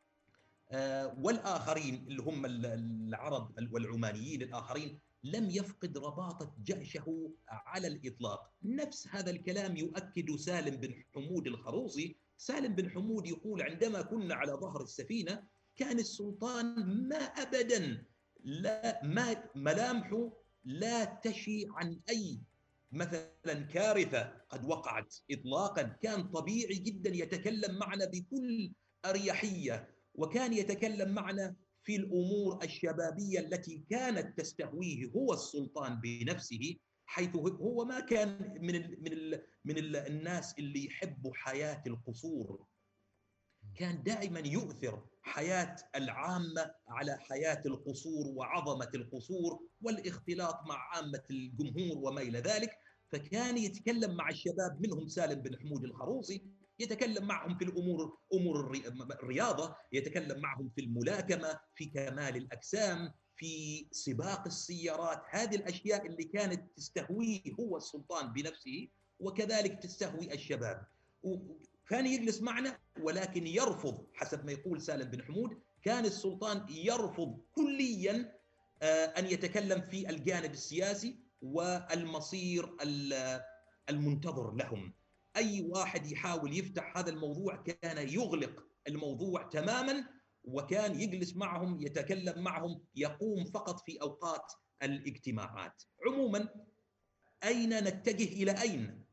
والآخرين اللي هم العرب والعمانيين الآخرين. لم يفقد رباطة جأشه على الإطلاق. نفس هذا الكلام يؤكد سالم بن حمود الخروصي. سالم بن حمود يقول عندما كنا على ظهر السفينة كان السلطان ما أبدا لا ما ملامحه لا تشي عن أي مثلا كارثة قد وقعت إطلاقا، كان طبيعي جدا يتكلم معنا بكل أريحية، وكان يتكلم معنا في الأمور الشبابية التي كانت تستهويه هو السلطان بنفسه، حيث هو ما كان من ال من ال من ال الناس اللي يحبوا حياة القصور، كان دائما يؤثر حياة العامة على حياة القصور وعظمة القصور والاختلاط مع عامة الجمهور وما إلى ذلك. فكان يتكلم مع الشباب، منهم سالم بن حمود الخروصي، يتكلم معهم في الأمور أمور الرياضة، يتكلم معهم في الملاكمة، في كمال الأجسام، في سباق السيارات، هذه الأشياء اللي كانت تستهويه هو السلطان بنفسه وكذلك تستهوي الشباب. كان يجلس معنا، ولكن يرفض، حسب ما يقول سالم بن حمود، كان السلطان يرفض كليا أن يتكلم في الجانب السياسي والمصير المنتظر لهم. أي واحد يحاول يفتح هذا الموضوع كان يغلق الموضوع تماما، وكان يجلس معهم يتكلم معهم، يقوم فقط في أوقات الاجتماعات. عموما أين نتجه إلى أين؟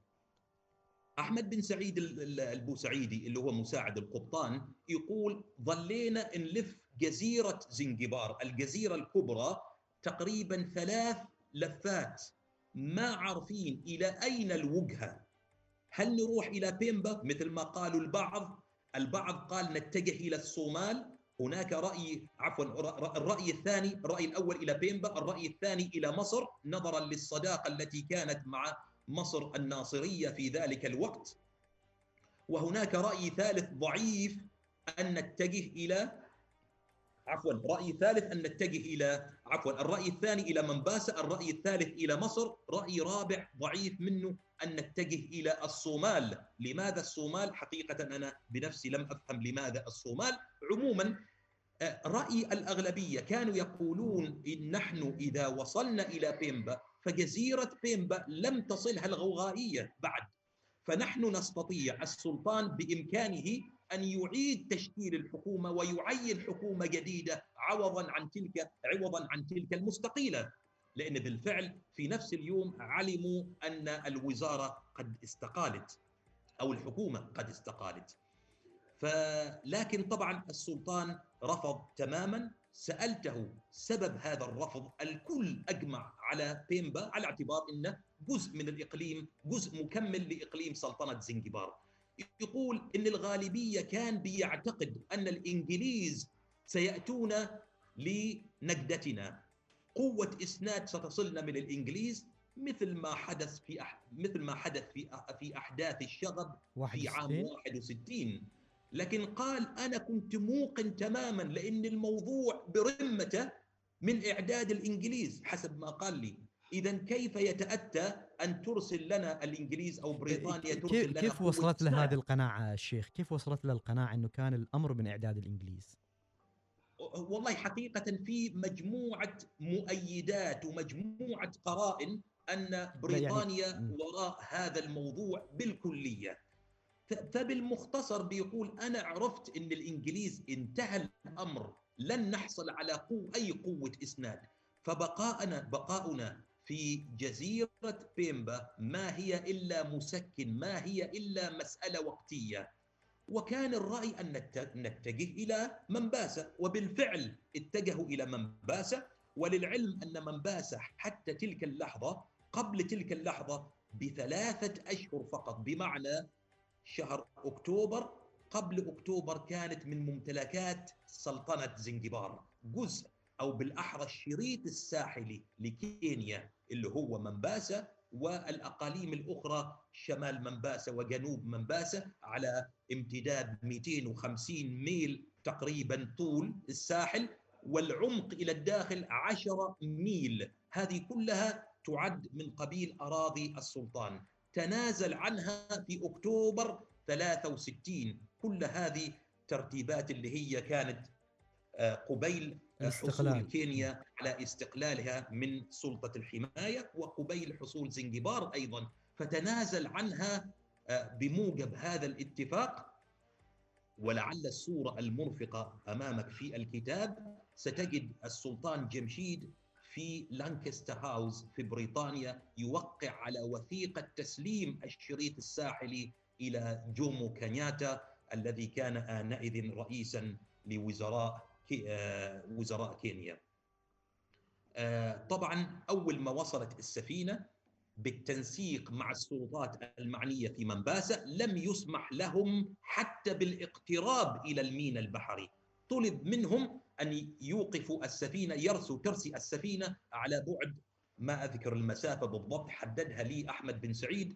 أحمد بن سعيد البوسعيدي اللي هو مساعد القبطان يقول ظلينا نلف جزيرة زنجبار الجزيرة الكبرى تقريبا ثلاث لفات، ما عارفين إلى أين الوجهة. هل نروح إلى بيمبا مثل ما قالوا البعض؟ البعض قال نتجه إلى الصومال. هناك رأي عفوا الرأي الثاني، الرأي الأول إلى بيمبا، الرأي الثاني إلى مصر نظرا للصداقة التي كانت مع مصر الناصرية في ذلك الوقت. وهناك رأي ثالث ضعيف أن نتجه إلى عفوا رأي ثالث أن نتجه إلى عفوا الرأي الثاني إلى منباسة، الرأي الثالث إلى مصر، رأي رابع ضعيف منه أن نتجه إلى الصومال. لماذا الصومال؟ حقيقة أنا بنفسي لم أفهم لماذا الصومال. عموما رأي الأغلبية كانوا يقولون إن نحن إذا وصلنا إلى بيمبا فجزيرة بيمبا لم تصلها الغوغائية بعد، فنحن نستطيع، السلطان بإمكانه أن يعيد تشكيل الحكومة ويعين حكومة جديدة عوضا عن تلك عوضا عن تلك المستقيلة، لأن بالفعل في نفس اليوم علموا أن الوزارة قد استقالت أو الحكومة قد استقالت. فلكن طبعا السلطان رفض تماما. سألته سبب هذا الرفض، الكل أجمع على بيمبا على اعتبار أنه جزء من الإقليم، جزء مكمل لإقليم سلطنة زنجبار. يقول إن الغالبية كان بيعتقد أن الإنجليز سيأتون لنجدتنا، قوة إسناد ستصلنا من الإنجليز، مثل ما حدث في أح... مثل ما حدث في أ... في أحداث الشغب في عام واحد وستين. لكن قال أنا كنت موقن تماما، لأن الموضوع برمته من إعداد الإنجليز حسب ما قال لي. إذا كيف يتأتى أن ترسل لنا الإنجليز أو بريطانيا ترسل لنا كيف وصلت له هذه القناعة الشيخ؟ كيف وصلت له القناعة أنه كان الأمر من إعداد الإنجليز؟ والله حقيقة في مجموعة مؤيدات ومجموعة قرائن أن بريطانيا يعني وراء هذا الموضوع بالكلية. فبالمختصر بيقول أنا عرفت أن الإنجليز انتهى الأمر، لن نحصل على قو أي قوة إسناد، فبقاءنا بقاؤنا في جزيرة بيمبا ما هي إلا مسكن، ما هي إلا مسألة وقتية. وكان الرأي أن نتجه إلى منباسة، وبالفعل اتجهوا إلى منباسة. وللعلم أن منباسة حتى تلك اللحظة، قبل تلك اللحظة بثلاثة أشهر فقط، بمعنى شهر أكتوبر، قبل أكتوبر كانت من ممتلكات سلطنة زنجبار، جزء أو بالأحرى الشريط الساحلي لكينيا اللي هو منباسة، والأقاليم الأخرى شمال منباسة وجنوب منباسة على امتداد مئتين وخمسين ميل تقريبا طول الساحل، والعمق إلى الداخل عشرة ميل. هذه كلها تعد من قبيل أراضي السلطان. تنازل عنها في أكتوبر ثلاثة وستين. كل هذه ترتيبات اللي هي كانت قبيل حصول كينيا على استقلالها من سلطة الحماية، وقبيل حصول زنجبار أيضا، فتنازل عنها بموجب هذا الاتفاق. ولعل الصورة المرفقة أمامك في الكتاب ستجد السلطان جمشيد في لانكستر هاوس في بريطانيا يوقع على وثيقة تسليم الشريط الساحلي إلى جومو كانياتا الذي كان آنئذ رئيسا لوزراء وزراء كينيا. طبعا أول ما وصلت السفينة بالتنسيق مع السلطات المعنية في منباسة، لم يسمح لهم حتى بالاقتراب إلى الميناء البحري. طلب منهم أن يوقفوا السفينة، يرسوا ترسي السفينة على بعد، ما أذكر المسافة بالضبط، حددها لي أحمد بن سعيد.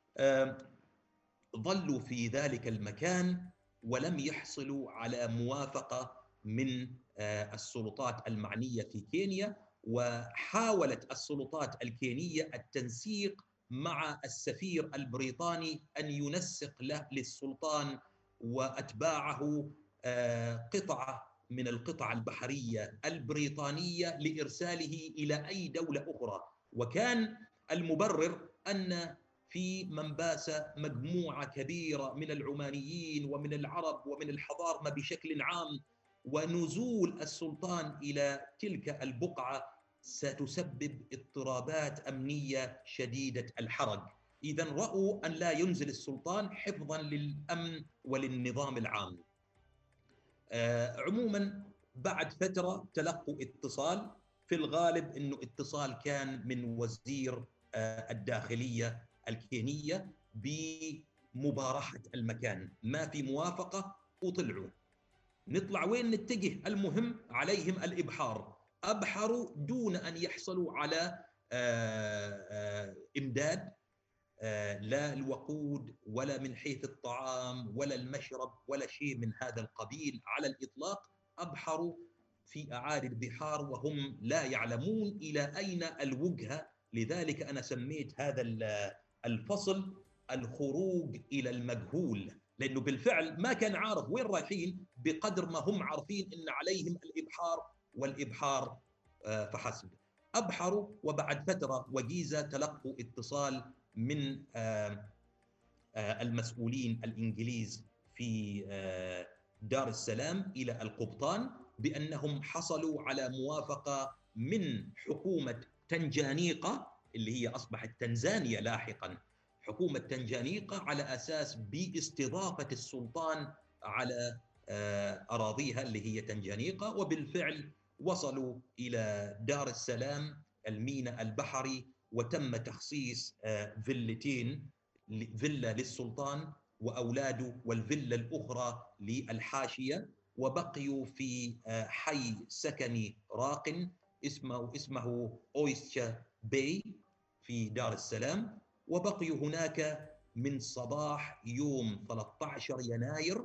ظلوا في ذلك المكان ولم يحصلوا على موافقة من السلطات المعنية في كينيا. وحاولت السلطات الكينية التنسيق مع السفير البريطاني أن ينسق له للسلطان وأتباعه قطعة من القطع البحرية البريطانية لإرساله إلى أي دولة أخرى. وكان المبرر أن في منباسة مجموعة كبيرة من العمانيين ومن العرب ومن الحضارمة بشكل عام، ونزول السلطان إلى تلك البقعة ستسبب اضطرابات أمنية شديدة الحرج. إذن رأوا أن لا ينزل السلطان حفظاً للأمن وللنظام العام. آه عموماً بعد فترة تلقوا اتصال، في الغالب أنه اتصال كان من وزير آه الداخلية الكينية بمبارحة المكان، ما في موافقة وطلعوا. نطلع وين نتجه؟ المهم عليهم الإبحار. أبحروا دون أن يحصلوا على إمداد، لا الوقود ولا من حيث الطعام ولا المشرب ولا شيء من هذا القبيل على الإطلاق. أبحروا في أعالي البحار وهم لا يعلمون إلى أين الوجهة. لذلك أنا سميت هذا الفصل الخروج إلى المجهول، لأنه بالفعل ما كان عارف وين رايحين بقدر ما هم عارفين إن عليهم الإبحار والإبحار فحسب. أبحروا، وبعد فترة وجيزة تلقوا اتصال من المسؤولين الإنجليز في دار السلام إلى القبطان بأنهم حصلوا على موافقة من حكومة تنجانيقة اللي هي أصبحت تنزانيا لاحقاً، حكومة تنجانيقة، على أساس باستضافة السلطان على أراضيها اللي هي تنجانيقة. وبالفعل وصلوا إلى دار السلام الميناء البحري وتم تخصيص فيلتين، فيلا للسلطان وأولاده والفيلا الأخرى للحاشية، وبقيوا في حي سكني راق اسمه اسمه أويستشا باي في دار السلام، وبقيوا هناك من صباح يوم ثلاثة عشر يناير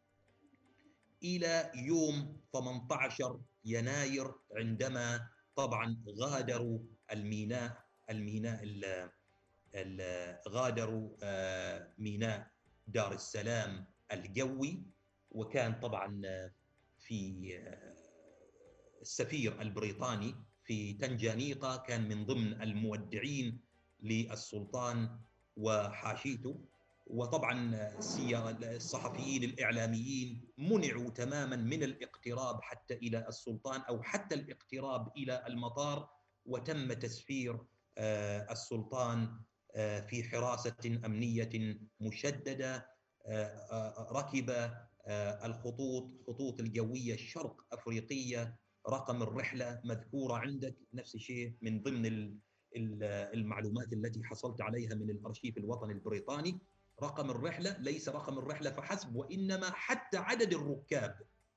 إلى يوم ثمانية عشر يناير، عندما طبعا غادروا الميناء الميناء ال ال غادروا ميناء دار السلام الجوي. وكان طبعا في السفير البريطاني في تنجانيقا كان من ضمن المودعين للسلطان وحاشيته. وطبعا الصحفيين الإعلاميين منعوا تماما من الاقتراب حتى إلى السلطان أو حتى الاقتراب إلى المطار، وتم تسفير السلطان في حراسة أمنية مشددة. ركب الخطوط خطوط الجوية الشرق أفريقية، رقم الرحلة مذكورة عندك، نفس الشيء من ضمن المعلومات التي حصلت عليها من الأرشيف الوطني البريطاني. رقم الرحلة ليس رقم الرحلة فحسب، وإنما حتى عدد الركاب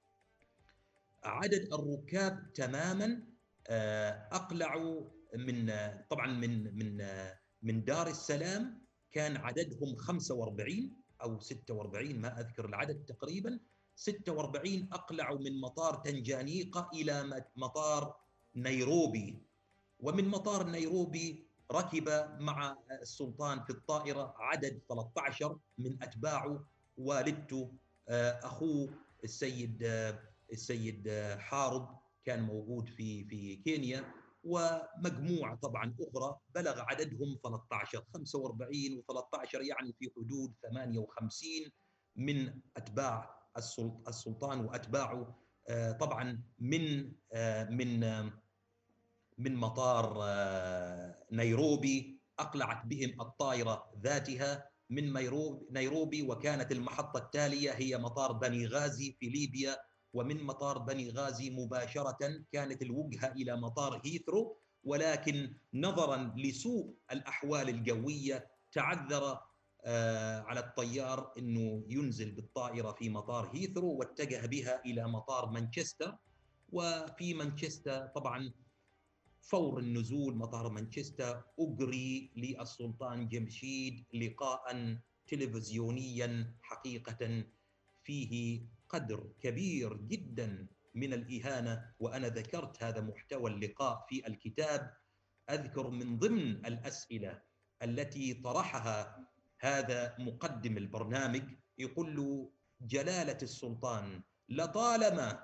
عدد الركاب تماما. أقلعوا من طبعا من من من دار السلام كان عددهم خمسة وأربعين أو ستة وأربعين، ما أذكر العدد تقريبا ستة وأربعين. أقلعوا من مطار تنجانيقا إلى مطار نيروبي، ومن مطار نيروبي ركب مع السلطان في الطائرة عدد ثلاثة عشر من أتباعه، والدته، أخوه السيد السيد حارب كان موجود في في كينيا، ومجموعة طبعا أخرى بلغ عددهم ثلاثة عشر. خمسة وأربعين و13 يعني في حدود ثمانية وخمسين من أتباع السلطان وأتباعه. طبعا من من من مطار نيروبي أقلعت بهم الطائرة ذاتها من نيروبي، وكانت المحطة التالية هي مطار بني غازي في ليبيا. ومن مطار بني غازي مباشرة كانت الوجهة إلى مطار هيثرو، ولكن نظرا لسوء الأحوال الجوية تعذر على الطيار أنه ينزل بالطائرة في مطار هيثرو، واتجه بها إلى مطار مانشستر. وفي مانشستر طبعا فور النزول مطار مانشستر أجري للسلطان جمشيد لقاء تلفزيونيا حقيقة فيه قدر كبير جدا من الإهانة، وأنا ذكرت هذا محتوى اللقاء في الكتاب. أذكر من ضمن الأسئلة التي طرحها هذا مقدم البرنامج، يقول له: جلالة السلطان، لطالما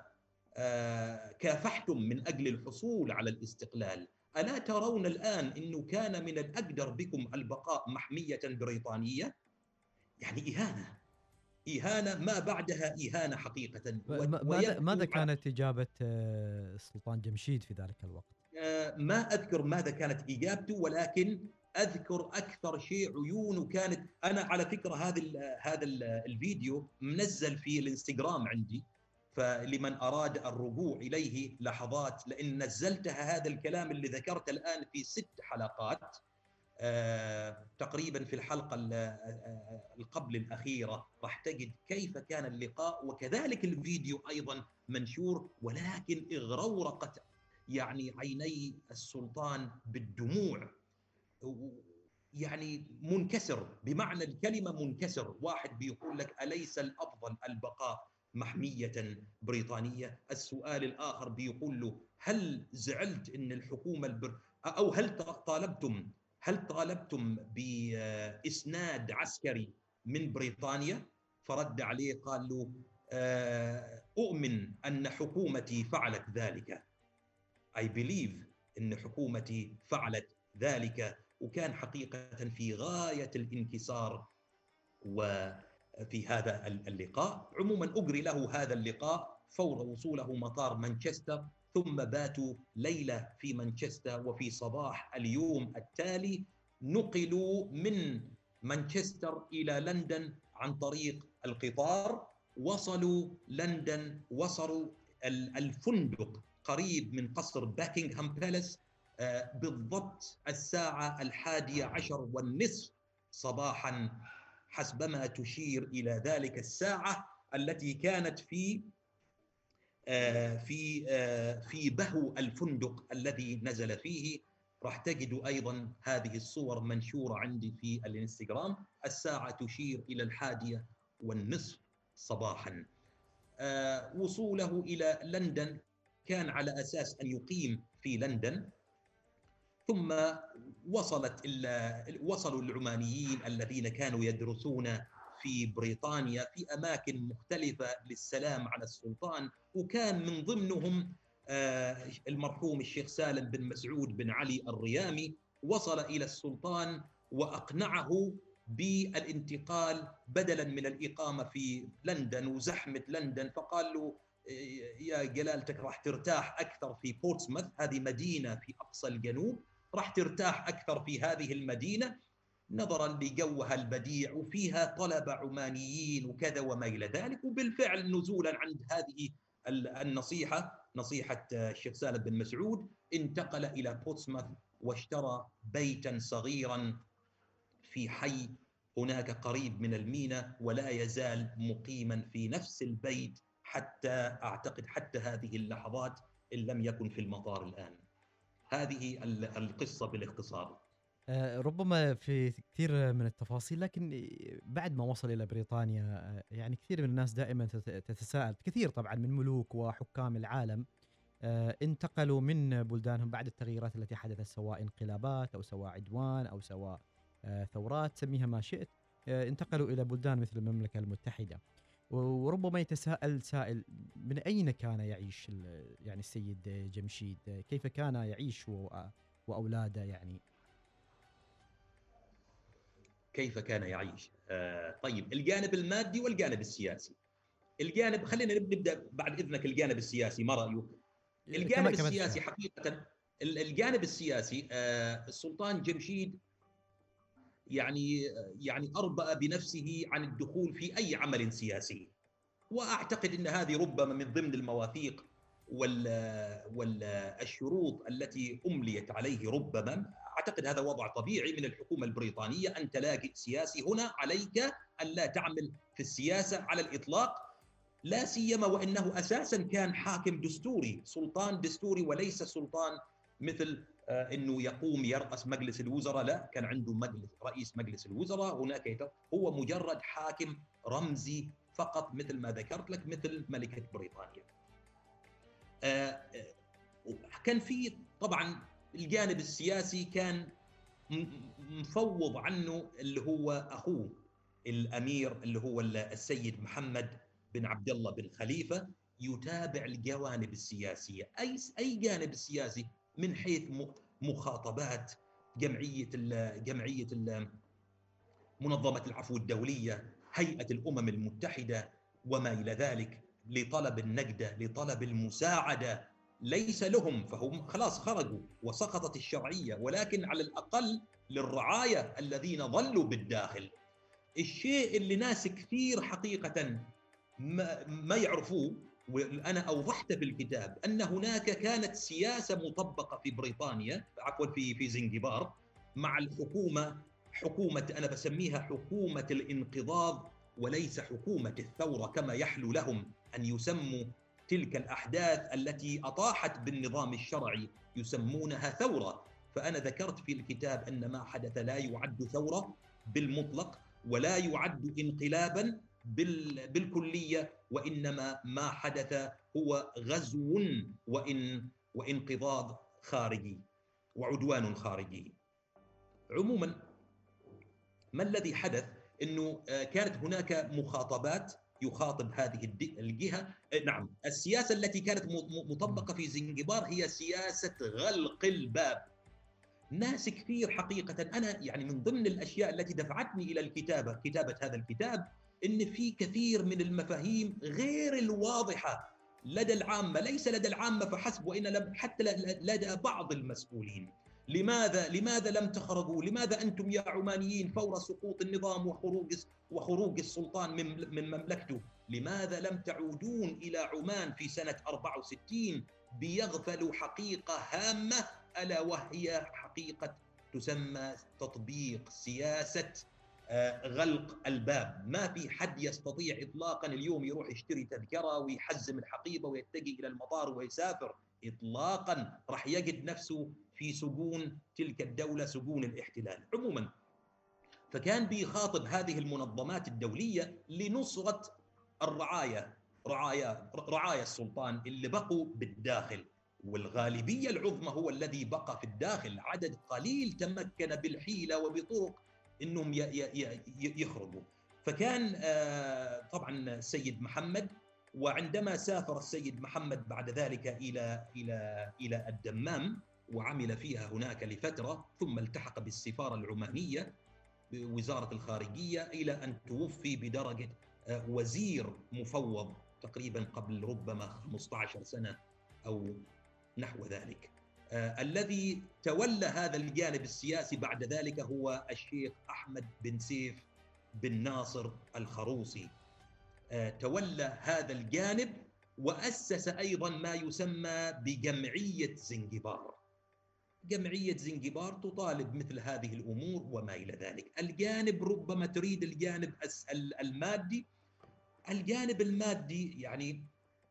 كافحتم من أجل الحصول على الاستقلال، ألا ترون الآن أنه كان من الأقدر بكم البقاء محمية بريطانية؟ يعني إهانة إهانة ما بعدها إهانة حقيقة. ماذا ماذا كانت إجابة السلطان جمشيد في ذلك الوقت؟ ما أذكر ماذا كانت إجابته، ولكن أذكر أكثر شيء عيونه كانت. أنا على فكرة هذا هذا الفيديو منزل في الانستغرام عندي، فلمن أراد الرجوع إليه لحظات، لأن نزلتها هذا الكلام اللي ذكرت الآن في ست حلقات آه، تقريبا في الحلقة القبل الأخيرة راح تجد كيف كان اللقاء، وكذلك الفيديو أيضا منشور، ولكن اغرورقت يعني عيني السلطان بالدموع، يعني منكسر بمعنى الكلمة منكسر. واحد بيقول لك: أليس الأفضل البقاء محمية بريطانية؟ السؤال الآخر بيقول له: هل زعلت إن الحكومة البر... أو هل طالبتم هل طالبتم بإسناد عسكري من بريطانيا؟ فرد عليه قال له: أؤمن أن حكومتي فعلت ذلك. I believe أن حكومتي فعلت ذلك. وكان حقيقة في غاية الانكسار وفي هذا اللقاء. عموما أجري له هذا اللقاء فور وصوله مطار مانشستر، ثم باتوا ليلة في مانشستر، وفي صباح اليوم التالي نقلوا من مانشستر إلى لندن عن طريق القطار. وصلوا لندن، وصلوا الفندق قريب من قصر باكنغهام بالاس، بالضبط الساعة الحادية عشر والنصف صباحا، حسبما تشير إلى ذلك الساعة التي كانت في في في بهو الفندق الذي نزل فيه. راح تجدوا أيضا هذه الصور منشورة عندي في الانستغرام. الساعة تشير إلى الحادية والنصف صباحا. وصوله إلى لندن كان على أساس أن يقيم في لندن، ثم وصلت وصلوا العمانيين الذين كانوا يدرسون في بريطانيا في أماكن مختلفة للسلام على السلطان، وكان من ضمنهم المرحوم الشيخ سالم بن مسعود بن علي الريامي. وصل إلى السلطان وأقنعه بالانتقال بدلا من الإقامة في لندن وزحمة لندن، فقال له يا جلالتك راح ترتاح أكثر في بورتسموث، هذه مدينة في أقصى الجنوب، راح ترتاح أكثر في هذه المدينة نظرا لجوها البديع وفيها طلبة عمانيين وكذا وما إلى ذلك. وبالفعل نزولا عند هذه النصيحة، نصيحة الشيخ سالم بن مسعود، انتقل إلى بورتسموث واشترى بيتا صغيرا في حي هناك قريب من الميناء، ولا يزال مقيما في نفس البيت حتى أعتقد حتى هذه اللحظات، إن لم يكن في المطار الآن. هذه القصة بالاختصار. ربما في كثير من التفاصيل، لكن بعد ما وصل إلى بريطانيا يعني كثير من الناس دائما تتساءل، كثير طبعا من ملوك وحكام العالم انتقلوا من بلدانهم بعد التغييرات التي حدثت، سواء انقلابات أو سواء عدوان أو سواء ثورات، سميها ما شئت، انتقلوا إلى بلدان مثل المملكة المتحدة. وربما يتساءل سائل، من أين كان يعيش يعني السيد جمشيد؟ كيف كان يعيش وأولاده؟ يعني كيف كان يعيش؟ آه طيب، الجانب المادي والجانب السياسي. الجانب، خلينا نبدأ بعد إذنك الجانب السياسي، ما رأيك؟ الجانب السياسي حقيقة، الجانب السياسي آه السلطان جمشيد يعني يعني أربأ بنفسه عن الدخول في أي عمل سياسي، وأعتقد أن هذه ربما من ضمن المواثيق والشروط التي أمليت عليه. ربما أعتقد هذا وضع طبيعي من الحكومة البريطانية، أنت لاجئ سياسي هنا، عليك أن لا تعمل في السياسة على الإطلاق، لا سيما وأنه أساسا كان حاكم دستوري، سلطان دستوري وليس سلطان مثل أنه يقوم يرأس مجلس الوزراء. لا، كان عنده مجلس رئيس مجلس الوزراء هناك، هو مجرد حاكم رمزي فقط مثل ما ذكرت لك، مثل ملكة بريطانيا. كان في طبعا الجانب السياسي كان مفوض عنه اللي هو أخوه الأمير اللي هو السيد محمد بن عبد الله بن خليفة، يتابع الجوانب السياسية، أي أي جانب سياسي من حيث مخاطبات جمعية جمعية منظمة العفو الدولية، هيئة الأمم المتحدة وما إلى ذلك، لطلب النجدة، لطلب المساعدة. ليس لهم، فهم خلاص خرجوا وسقطت الشرعية، ولكن على الأقل للرعاية الذين ظلوا بالداخل. الشيء اللي ناس كثير حقيقة ما, ما يعرفوه، وأنا أوضحت في الكتاب، أن هناك كانت سياسة مطبقة في بريطانيا، عفوا في في زنجبار، مع الحكومة، حكومة أنا بسميها حكومة الانقضاض وليس حكومة الثورة كما يحلو لهم أن يسموا تلك الأحداث التي أطاحت بالنظام الشرعي، يسمونها ثورة. فأنا ذكرت في الكتاب أن ما حدث لا يعد ثورة بالمطلق، ولا يعد انقلابا بالكلية، وإنما ما حدث هو غزو وإن وانقضاض خارجي وعدوان خارجي. عموما ما الذي حدث؟ أنه كانت هناك مخاطبات يخاطب هذه الجهة. نعم، السياسة التي كانت مطبقة في زنجبار هي سياسة غلق الباب. ناس كثير حقيقة، أنا يعني من ضمن الأشياء التي دفعتني إلى الكتابة كتابة هذا الكتاب، إن في كثير من المفاهيم غير الواضحة لدى العامة، ليس لدى العامة فحسب، وإن حتى لدى بعض المسؤولين. لماذا لماذا لم تخرجوا؟ لماذا أنتم يا عمانيين فور سقوط النظام وخروج وخروج السلطان من من مملكته، لماذا لم تعودون إلى عمان في سنة أربعة وستين بيغفلوا حقيقة هامة ألا وهي حقيقة تسمى تطبيق سياسة غلق الباب. ما في حد يستطيع إطلاقا اليوم يروح يشتري تذكرة ويحزم الحقيبة ويتجه إلى المطار ويسافر إطلاقا، راح يجد نفسه في سجون تلك الدولة، سجون الاحتلال عموما. فكان بيخاطب هذه المنظمات الدولية لنصرة الرعاية، رعايا رعايا السلطان اللي بقوا بالداخل، والغالبية العظمى هو الذي بقى في الداخل، عدد قليل تمكن بالحيلة وبطرق انهم يخرجوا. فكان طبعا السيد محمد، وعندما سافر السيد محمد بعد ذلك الى الى الى الدمام وعمل فيها هناك لفترة، ثم التحق بالسفارة العمانية بوزارة الخارجية إلى أن توفي بدرجة وزير مفوض تقريبا قبل ربما خمسة عشر سنة أو نحو ذلك. آه الذي تولى هذا الجانب السياسي بعد ذلك هو الشيخ أحمد بن سيف بن ناصر الخروصي. آه تولى هذا الجانب وأسس أيضا ما يسمى بجمعية زنجبار. جمعية زنجبار تطالب مثل هذه الأمور وما إلى ذلك. الجانب ربما تريد الجانب المادي. الجانب المادي يعني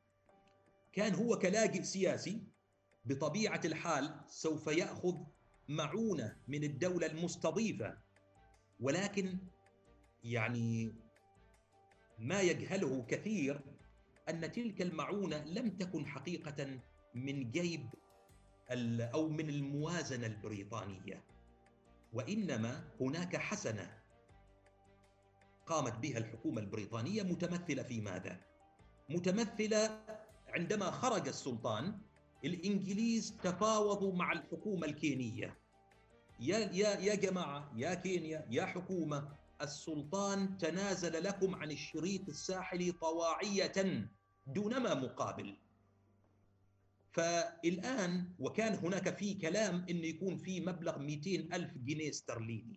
كان هو كلاجئ سياسي بطبيعة الحال سوف يأخذ معونة من الدولة المستضيفة، ولكن يعني ما يجهله كثير أن تلك المعونة لم تكن حقيقة من جيب أو من الموازنة البريطانية، وإنما هناك حسنة قامت بها الحكومة البريطانية متمثلة في ماذا؟ متمثلة عندما خرج السلطان، الإنجليز تفاوضوا مع الحكومة الكينية، يا يا يا جماعة يا كينيا يا حكومة، السلطان تنازل لكم عن الشريط الساحلي طواعية دونما مقابل. فالآن وكان هناك في كلام إنه يكون في مبلغ مئتين ألف جنيه استرليني.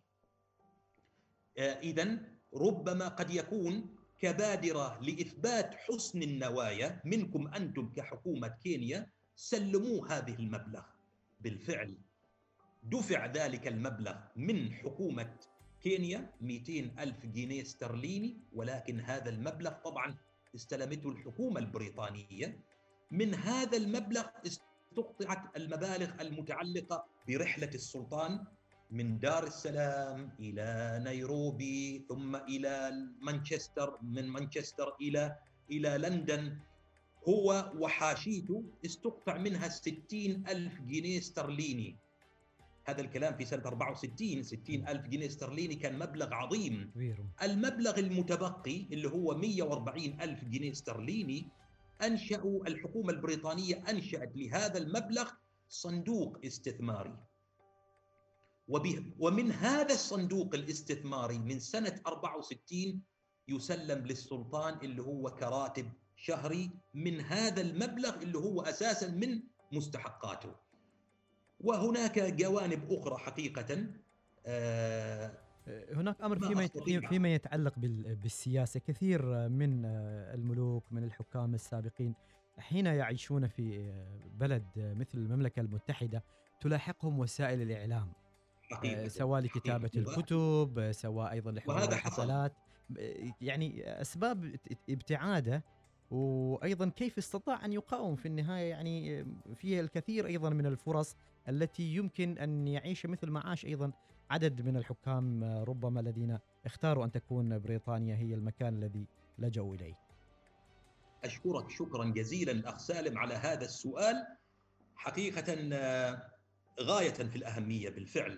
إذن ربما قد يكون كبادرة لإثبات حسن النوايا منكم أنتم كحكومة كينيا، سلموا هذه المبلغ. بالفعل دفع ذلك المبلغ من حكومة كينيا مئتين ألف جنيه استرليني، ولكن هذا المبلغ طبعا استلمته الحكومة البريطانية. من هذا المبلغ استقطعت المبالغ المتعلقة برحلة السلطان من دار السلام إلى نيروبي ثم إلى مانشستر، من مانشستر إلى إلى لندن، هو وحاشيته استقطع منها ستين ألف جنيه استرليني. هذا الكلام في سنة أربعة وستين، ستين ألف جنيه استرليني كان مبلغ عظيم. المبلغ المتبقي اللي هو مئة وأربعين ألف جنيه استرليني أنشأوا الحكومة البريطانية أنشأت لهذا المبلغ صندوق استثماري، ومن هذا الصندوق الاستثماري من سنة أربعة وستين يسلم للسلطان اللي هو كراتب شهري من هذا المبلغ اللي هو أساسا من مستحقاته. وهناك جوانب أخرى حقيقة. آه هناك أمر فيما فيما يتعلق بالسياسة. كثير من الملوك من الحكام السابقين حين يعيشون في بلد مثل المملكة المتحدة تلاحقهم وسائل الإعلام، حقيقة. سواء لكتابة حقيقة. الكتب، سواء أيضا لحضور الحفلات، يعني أسباب ابتعاده، وأيضا كيف استطاع أن يقاوم في النهاية. يعني فيه الكثير أيضا من الفرص التي يمكن أن يعيش مثل ما عاش أيضا عدد من الحكام ربما الذين اختاروا أن تكون بريطانيا هي المكان الذي لجأوا إليه. أشكرك شكرا جزيلا الأخ سالم على هذا السؤال، حقيقة غاية في الأهمية. بالفعل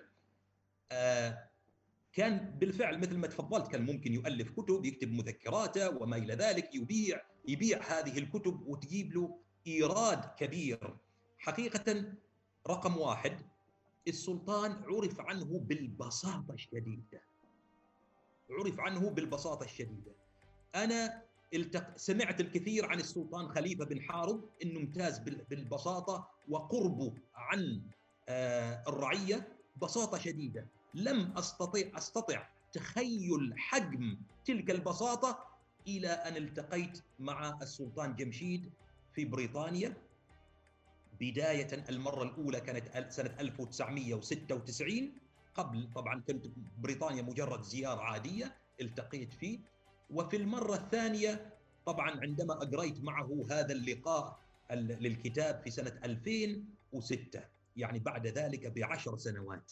كان بالفعل مثل ما تفضلت كان ممكن يؤلف كتب، يكتب مذكراته وما إلى ذلك، يبيع يبيع هذه الكتب وتجيب له إيراد كبير. حقيقة رقم واحد، السلطان عرف عنه بالبساطة الشديدة، عرف عنه بالبساطة الشديدة. أنا التق... سمعت الكثير عن السلطان خليفة بن حارب إنه ممتاز بالبساطة وقربه عن آه الرعية بساطة شديدة. لم أستطيع أستطع تخيل حجم تلك البساطة إلى أن التقيت مع السلطان جمشيد في بريطانيا. بداية المرة الأولى كانت سنة ألف وتسعمئة وستة وتسعين، قبل طبعا كنت بريطانيا مجرد زيارة عادية التقيت فيه. وفي المرة الثانية طبعا عندما أجريت معه هذا اللقاء للكتاب في سنة ألفين وستة، يعني بعد ذلك بعشر سنوات.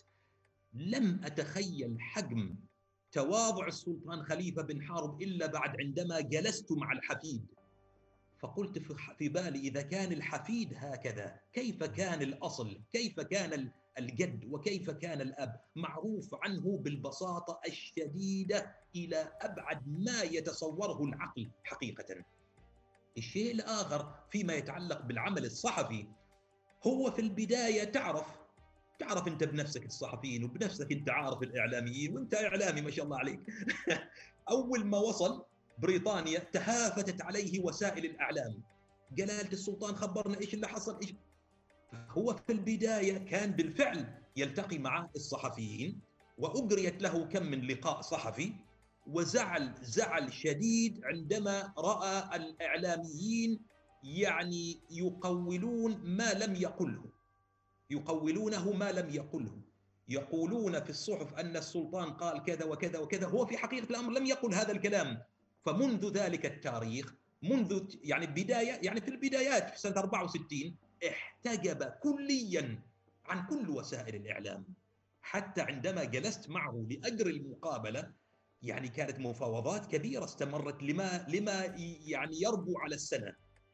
لم أتخيل حجم تواضع السلطان خليفة بن حارب إلا بعد عندما جلست مع الحفيد، فقلت في بالي إذا كان الحفيد هكذا كيف كان الأصل، كيف كان الجد، وكيف كان الأب، معروف عنه بالبساطة الشديدة إلى أبعد ما يتصوره العقل حقيقة. الشيء الآخر فيما يتعلق بالعمل الصحفي، هو في البداية تعرف تعرف أنت بنفسك الصحفيين، وبنفسك أنت عارف الإعلاميين، وأنت إعلامي ما شاء الله عليك. أول ما وصل بريطانيا تهافتت عليه وسائل الإعلام، جلالة السلطان خبرنا إيش اللي حصل إيش. هو في البداية كان بالفعل يلتقي مع الصحفيين، وأجريت له كم من لقاء صحفي، وزعل زعل شديد عندما رأى الإعلاميين يعني يقولون ما لم يقله، يقولونه ما لم يقله، يقولون في الصحف أن السلطان قال كذا وكذا وكذا، هو في حقيقة الأمر لم يقل هذا الكلام. فمنذ ذلك التاريخ، منذ يعني بداية يعني في البدايات في سنة أربعة وستين احتجب كليا عن كل وسائل الإعلام، حتى عندما جلست معه لأجر المقابلة يعني كانت مفاوضات كبيرة استمرت لما لما يعني يربو على السنة،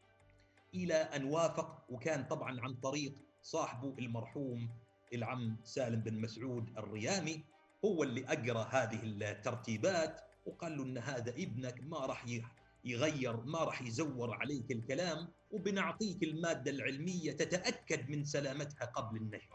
إلى أن وافق. وكان طبعا عن طريق صاحبه المرحوم العم سالم بن مسعود الريامي، هو اللي أجرى هذه الترتيبات، وقال له إن هذا ابنك ما راح يغير، ما راح يزور عليك الكلام، وبنعطيك المادة العلمية تتأكد من سلامتها قبل النشر.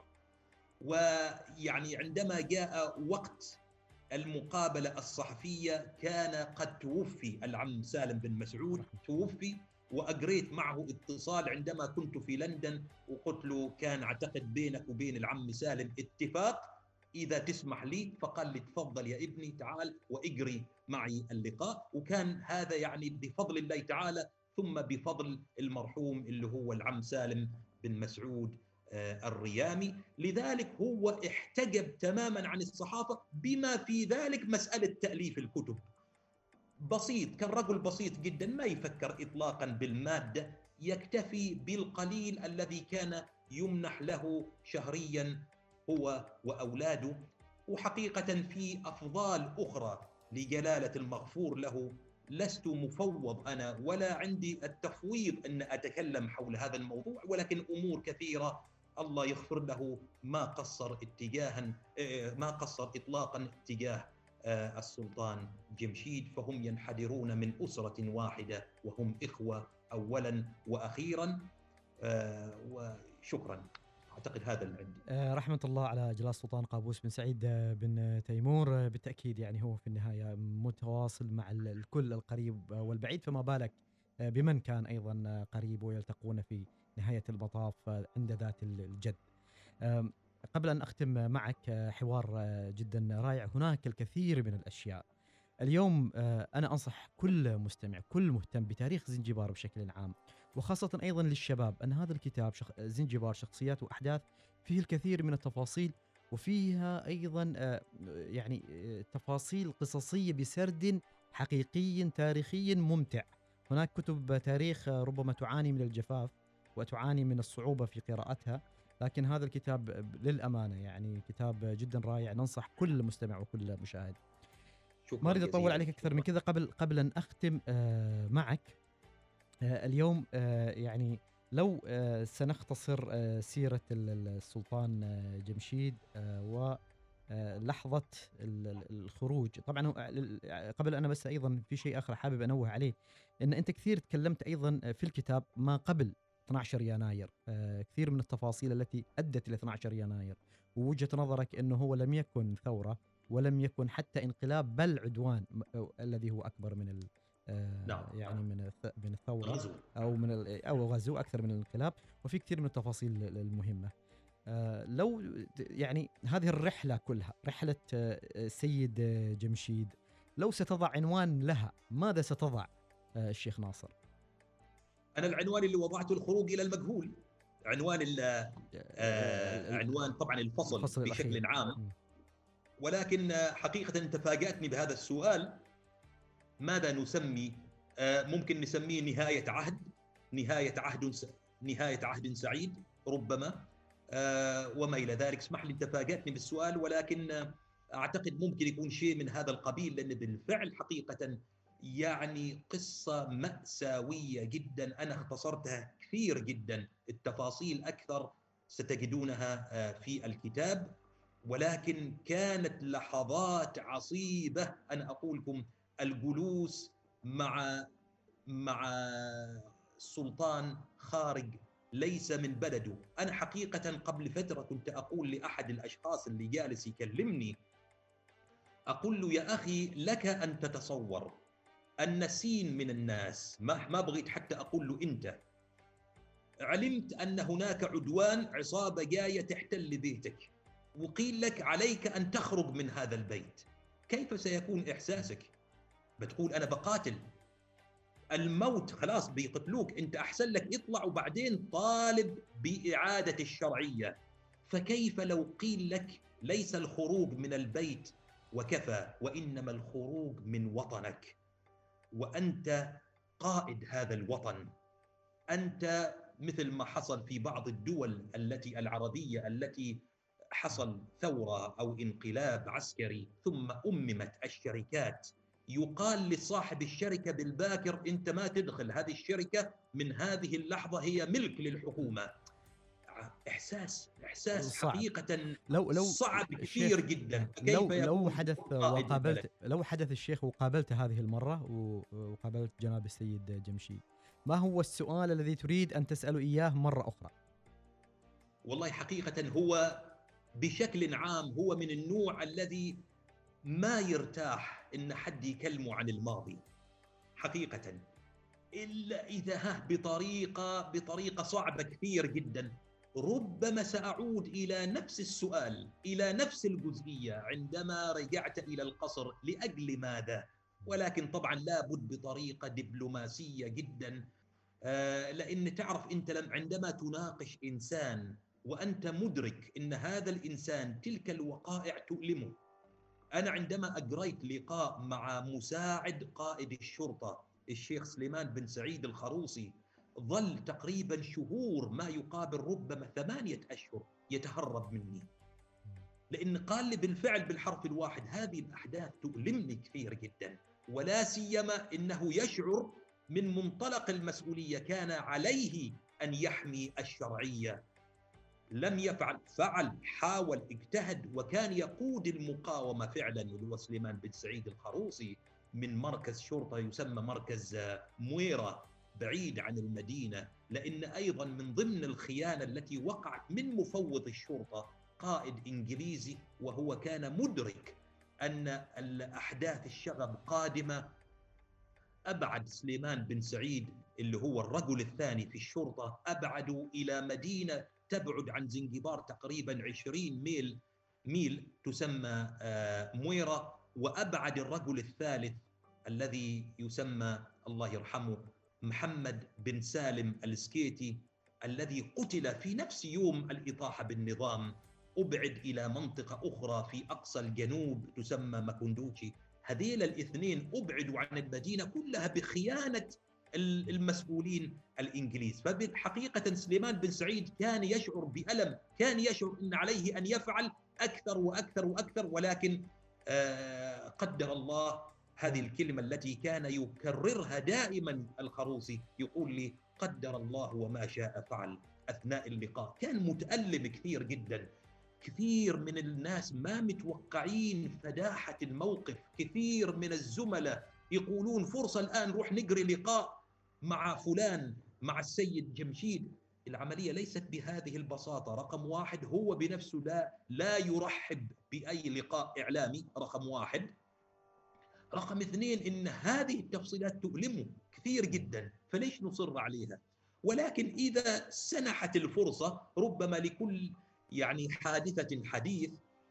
ويعني عندما جاء وقت المقابلة الصحفية كان قد توفي العم سالم بن مسعود، توفي. وأجريت معه اتصال عندما كنت في لندن، وقلت له كان أعتقد بينك وبين العم سالم اتفاق، إذا تسمح لي. فقال لي تفضل يا ابني، تعال وإجري معي اللقاء. وكان هذا يعني بفضل الله تعالى، ثم بفضل المرحوم اللي هو العم سالم بن مسعود الريامي. لذلك هو احتجب تماما عن الصحافة، بما في ذلك مسألة تأليف الكتب. بسيط، كان رجل بسيط جدا، ما يفكر إطلاقا بالمادة، يكتفي بالقليل الذي كان يمنح له شهريا هو وأولاده. وحقيقة في أفضال أخرى لجلالة المغفور له لست مفوض أنا، ولا عندي التفويض أن أتكلم حول هذا الموضوع، ولكن أمور كثيرة الله يغفر له ما قصر اتجاها ما قصر إطلاقا اتجاه السلطان جمشيد. فهم ينحدرون من أسرة واحدة، وهم إخوة أولا وأخيرا. وشكرا، أعتقد هذا اللي عندي. رحمة الله على جلالة السلطان قابوس بن سعيد بن تيمور. بالتأكيد يعني هو في النهاية متواصل مع الكل القريب والبعيد، فما بالك بمن كان أيضا قريب ويلتقون في نهاية المطاف عند ذات الجد. قبل أن أختم معك حوار جدا رائع، هناك الكثير من الأشياء اليوم أنا أنصح كل مستمع، كل مهتم بتاريخ زنجبار بشكل عام، وخاصة أيضا للشباب، أن هذا الكتاب شخ... زنجبار شخصيات وأحداث فيه الكثير من التفاصيل، وفيها أيضا يعني تفاصيل قصصية بسرد حقيقي تاريخي ممتع. هناك كتب تاريخ ربما تعاني من الجفاف وتعاني من الصعوبة في قراءتها، لكن هذا الكتاب للأمانة يعني كتاب جدا رائع، ننصح كل مستمع وكل مشاهد. ما أريد أطول عليك أكثر من كذا. قبل قبل أن أختم آه معك آه اليوم، آه يعني لو آه سنختصر آه سيرة السلطان آه جمشيد آه ولحظة الخروج. طبعا قبل أنا بس أيضا في شيء آخر حابب أنوه عليه، إن أنت كثير تكلمت أيضا في الكتاب ما قبل اثني عشر يناير، آه كثير من التفاصيل التي أدت إلى اثني عشر يناير، ووجهة نظرك أنه هو لم يكن ثورة ولم يكن حتى انقلاب، بل عدوان الذي هو أكبر من ال آه يعني من من الثورة أو من أو غزو أكثر من الانقلاب. وفي كثير من التفاصيل المهمة. آه لو يعني هذه الرحلة كلها، رحلة آه سيد جمشيد، لو ستضع عنوان لها ماذا ستضع آه الشيخ ناصر؟ أنا العنوان اللي وضعته الخروج إلى المجهول. عنوان عنوان طبعا الفصل, الفصل بشكل الأخير. عام. ولكن حقيقة تفاجأتني بهذا السؤال. ماذا نسمي؟ ممكن نسميه نهاية عهد، نهاية عهد نهاية عهد سعيد ربما، وما إلى ذلك. اسمح لي، تفاجأتني بالسؤال، ولكن أعتقد ممكن يكون شيء من هذا القبيل، لأن بالفعل حقيقة يعني قصة مأساوية جدا. أنا اختصرتها كثير جدا، التفاصيل أكثر ستجدونها في الكتاب، ولكن كانت لحظات عصيبة. أنا أقولكم الجلوس مع مع سلطان خارج ليس من بلده. أنا حقيقة قبل فترة كنت أقول لأحد الأشخاص اللي جالس يكلمني، أقول له يا أخي لك أن تتصور أن سين من الناس، ما ما بغيت حتى أقول له أنت، علمت أن هناك عدوان، عصابة جاية تحتل بيتك، وقيل لك عليك أن تخرج من هذا البيت، كيف سيكون إحساسك؟ بتقول أنا بقاتل، الموت خلاص بيقتلوك، أنت أحسن لك اطلع وبعدين طالب بإعادة الشرعية. فكيف لو قيل لك ليس الخروج من البيت وكفى، وإنما الخروج من وطنك، وأنت قائد هذا الوطن، أنت مثل ما حصل في بعض الدول التي العربية التي حصل ثورة أو انقلاب عسكري ثم أممت الشركات، يقال لصاحب الشركة بالباكر أنت ما تدخل هذه الشركة، من هذه اللحظة هي ملك للحكومة. إحساس إحساس صعب. حقيقة لو لو صعب كثير جدا. كيف لو لو حدث وقابلت لو حدث الشيخ وقابلت هذه المرة وقابلت جناب السيد جمشيد، ما هو السؤال الذي تريد أن تسأله إياه مرة أخرى؟ والله حقيقة هو بشكل عام هو من النوع الذي ما يرتاح إن حد يكلمه عن الماضي حقيقة، إلا إذا ها بطريقة بطريقة صعبة كثير جدا. ربما سأعود إلى نفس السؤال، إلى نفس الجزئية عندما رجعت إلى القصر، لأجل ماذا؟ ولكن طبعا لابد بطريقة دبلوماسية جدا، آه لأن تعرف أنت لم عندما تناقش إنسان وأنت مدرك أن هذا الإنسان تلك الوقائع تؤلمه. أنا عندما أجريت لقاء مع مساعد قائد الشرطة الشيخ سليمان بن سعيد الخروصي، ظل تقريبا شهور ما يقابل ربما ثمانية أشهر يتهرب مني، لأن قال لي بالفعل بالحرف الواحد هذه الأحداث تؤلمني كثير جدا، ولا سيما إنه يشعر من منطلق المسؤولية كان عليه أن يحمي الشرعية، لم يفعل، فعل، حاول، اجتهد، وكان يقود المقاومة فعلا. اللي هو سليمان بن سعيد الخروصي من مركز شرطة يسمى مركز مويرة بعيد عن المدينة، لأن أيضا من ضمن الخيانة التي وقعت من مفوض الشرطة قائد إنجليزي، وهو كان مدرك أن الأحداث الشغب قادمة. أبعد سليمان بن سعيد اللي هو الرجل الثاني في الشرطة، أبعدوا إلى مدينة تبعد عن زنجبار تقريبا عشرين ميل ميل تسمى مويرة، وأبعد الرجل الثالث الذي يسمى الله يرحمه محمد بن سالم السكيتي، الذي قتل في نفس يوم الإطاحة بالنظام، أبعد إلى منطقة أخرى في أقصى الجنوب تسمى ماكوندوشي. هذيل الاثنين أبعدوا عن المدينة كلها بخيانة المسؤولين الإنجليز. فبالحقيقة سليمان بن سعيد كان يشعر بألم، كان يشعر أن عليه أن يفعل أكثر وأكثر وأكثر، ولكن آه قدر الله هذه الكلمة التي كان يكررها دائما الخروصي، يقول لي قدر الله وما شاء فعل أثناء اللقاء. كان متألم كثير جدا، كثير من الناس ما متوقعين فداحة الموقف، كثير من الزملاء يقولون فرصة الآن نروح نجري لقاء مع فلان مع السيد جمشيد. العملية ليست بهذه البساطة. رقم واحد هو بنفسه لا, لا يرحب بأي لقاء إعلامي، رقم واحد. رقم اثنين إن هذه التفصيلات تؤلمه كثير جدا، فليش نصر عليها؟ ولكن إذا سنحت الفرصة، ربما لكل يعني حادثة حديث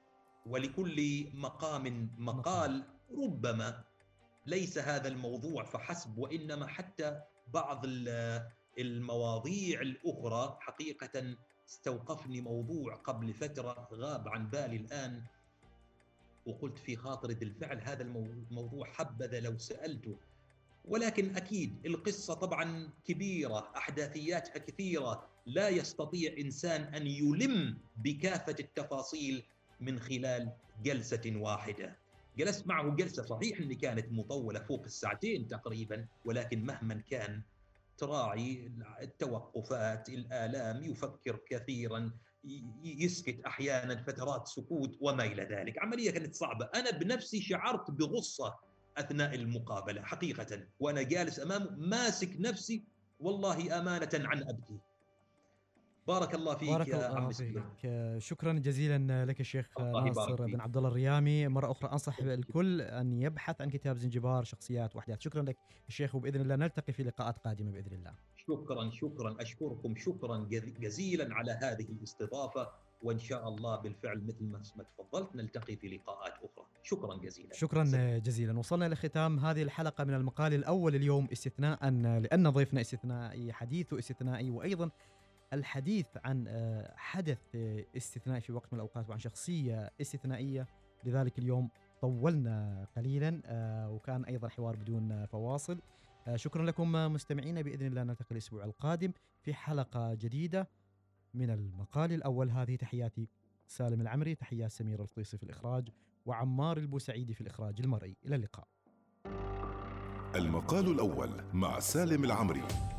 ولكل مقام مقال، ربما ليس هذا الموضوع فحسب، وإنما حتى بعض المواضيع الأخرى حقيقة استوقفني موضوع قبل فترة غاب عن بالي الآن، وقلت في خاطري بالفعل هذا الموضوع حبذا لو سألته، ولكن أكيد القصة طبعا كبيرة، أحداثياتها كثيرة، لا يستطيع إنسان أن يلم بكافة التفاصيل من خلال جلسة واحدة. جلست معه جلسة صحيح أن كانت مطولة فوق الساعتين تقريبا، ولكن مهما كان تراعي التوقفات، الآلام، يفكر كثيرا، يسكت أحيانا، فترات سكوت وما إلى ذلك. عملية كانت صعبة. أنا بنفسي شعرت بغصة أثناء المقابلة حقيقة، وأنا جالس أمامه ماسك نفسي والله أمانة عن أبكي. بارك الله فيك بارك يا الله عم فيك. سلم. شكرا جزيلا لك الشيخ الله يبارك ناصر فيك. بن عبد الله الريامي. مرة أخرى أنصح الكل أن يبحث عن كتاب زنجبار شخصيات وأحداث. شكرا لك الشيخ، وبإذن الله نلتقي في لقاءات قادمة بإذن الله. شكرا شكرا أشكركم شكرا جزيلا على هذه الاستضافة، وإن شاء الله بالفعل مثل ما تفضلت نلتقي في لقاءات أخرى. شكرا جزيلا. شكرا سلام. جزيلا. وصلنا لختام هذه الحلقة من المقال الأول اليوم استثناء، لأن ضيفنا استثنائي، حديثه استثنائي، وأيضا الحديث عن حدث استثنائي في وقت من الأوقات وعن شخصية استثنائية، لذلك اليوم طولنا قليلا وكان أيضا حوار بدون فواصل. شكرا لكم مستمعينا، بإذن الله نلتقي الأسبوع القادم في حلقة جديدة من المقال الأول. هذه تحياتي سالم العمري، تحيات سمير الفطيسي في الإخراج وعمار البوسعيدي في الإخراج المرئي. إلى اللقاء. المقال الأول مع سالم العمري.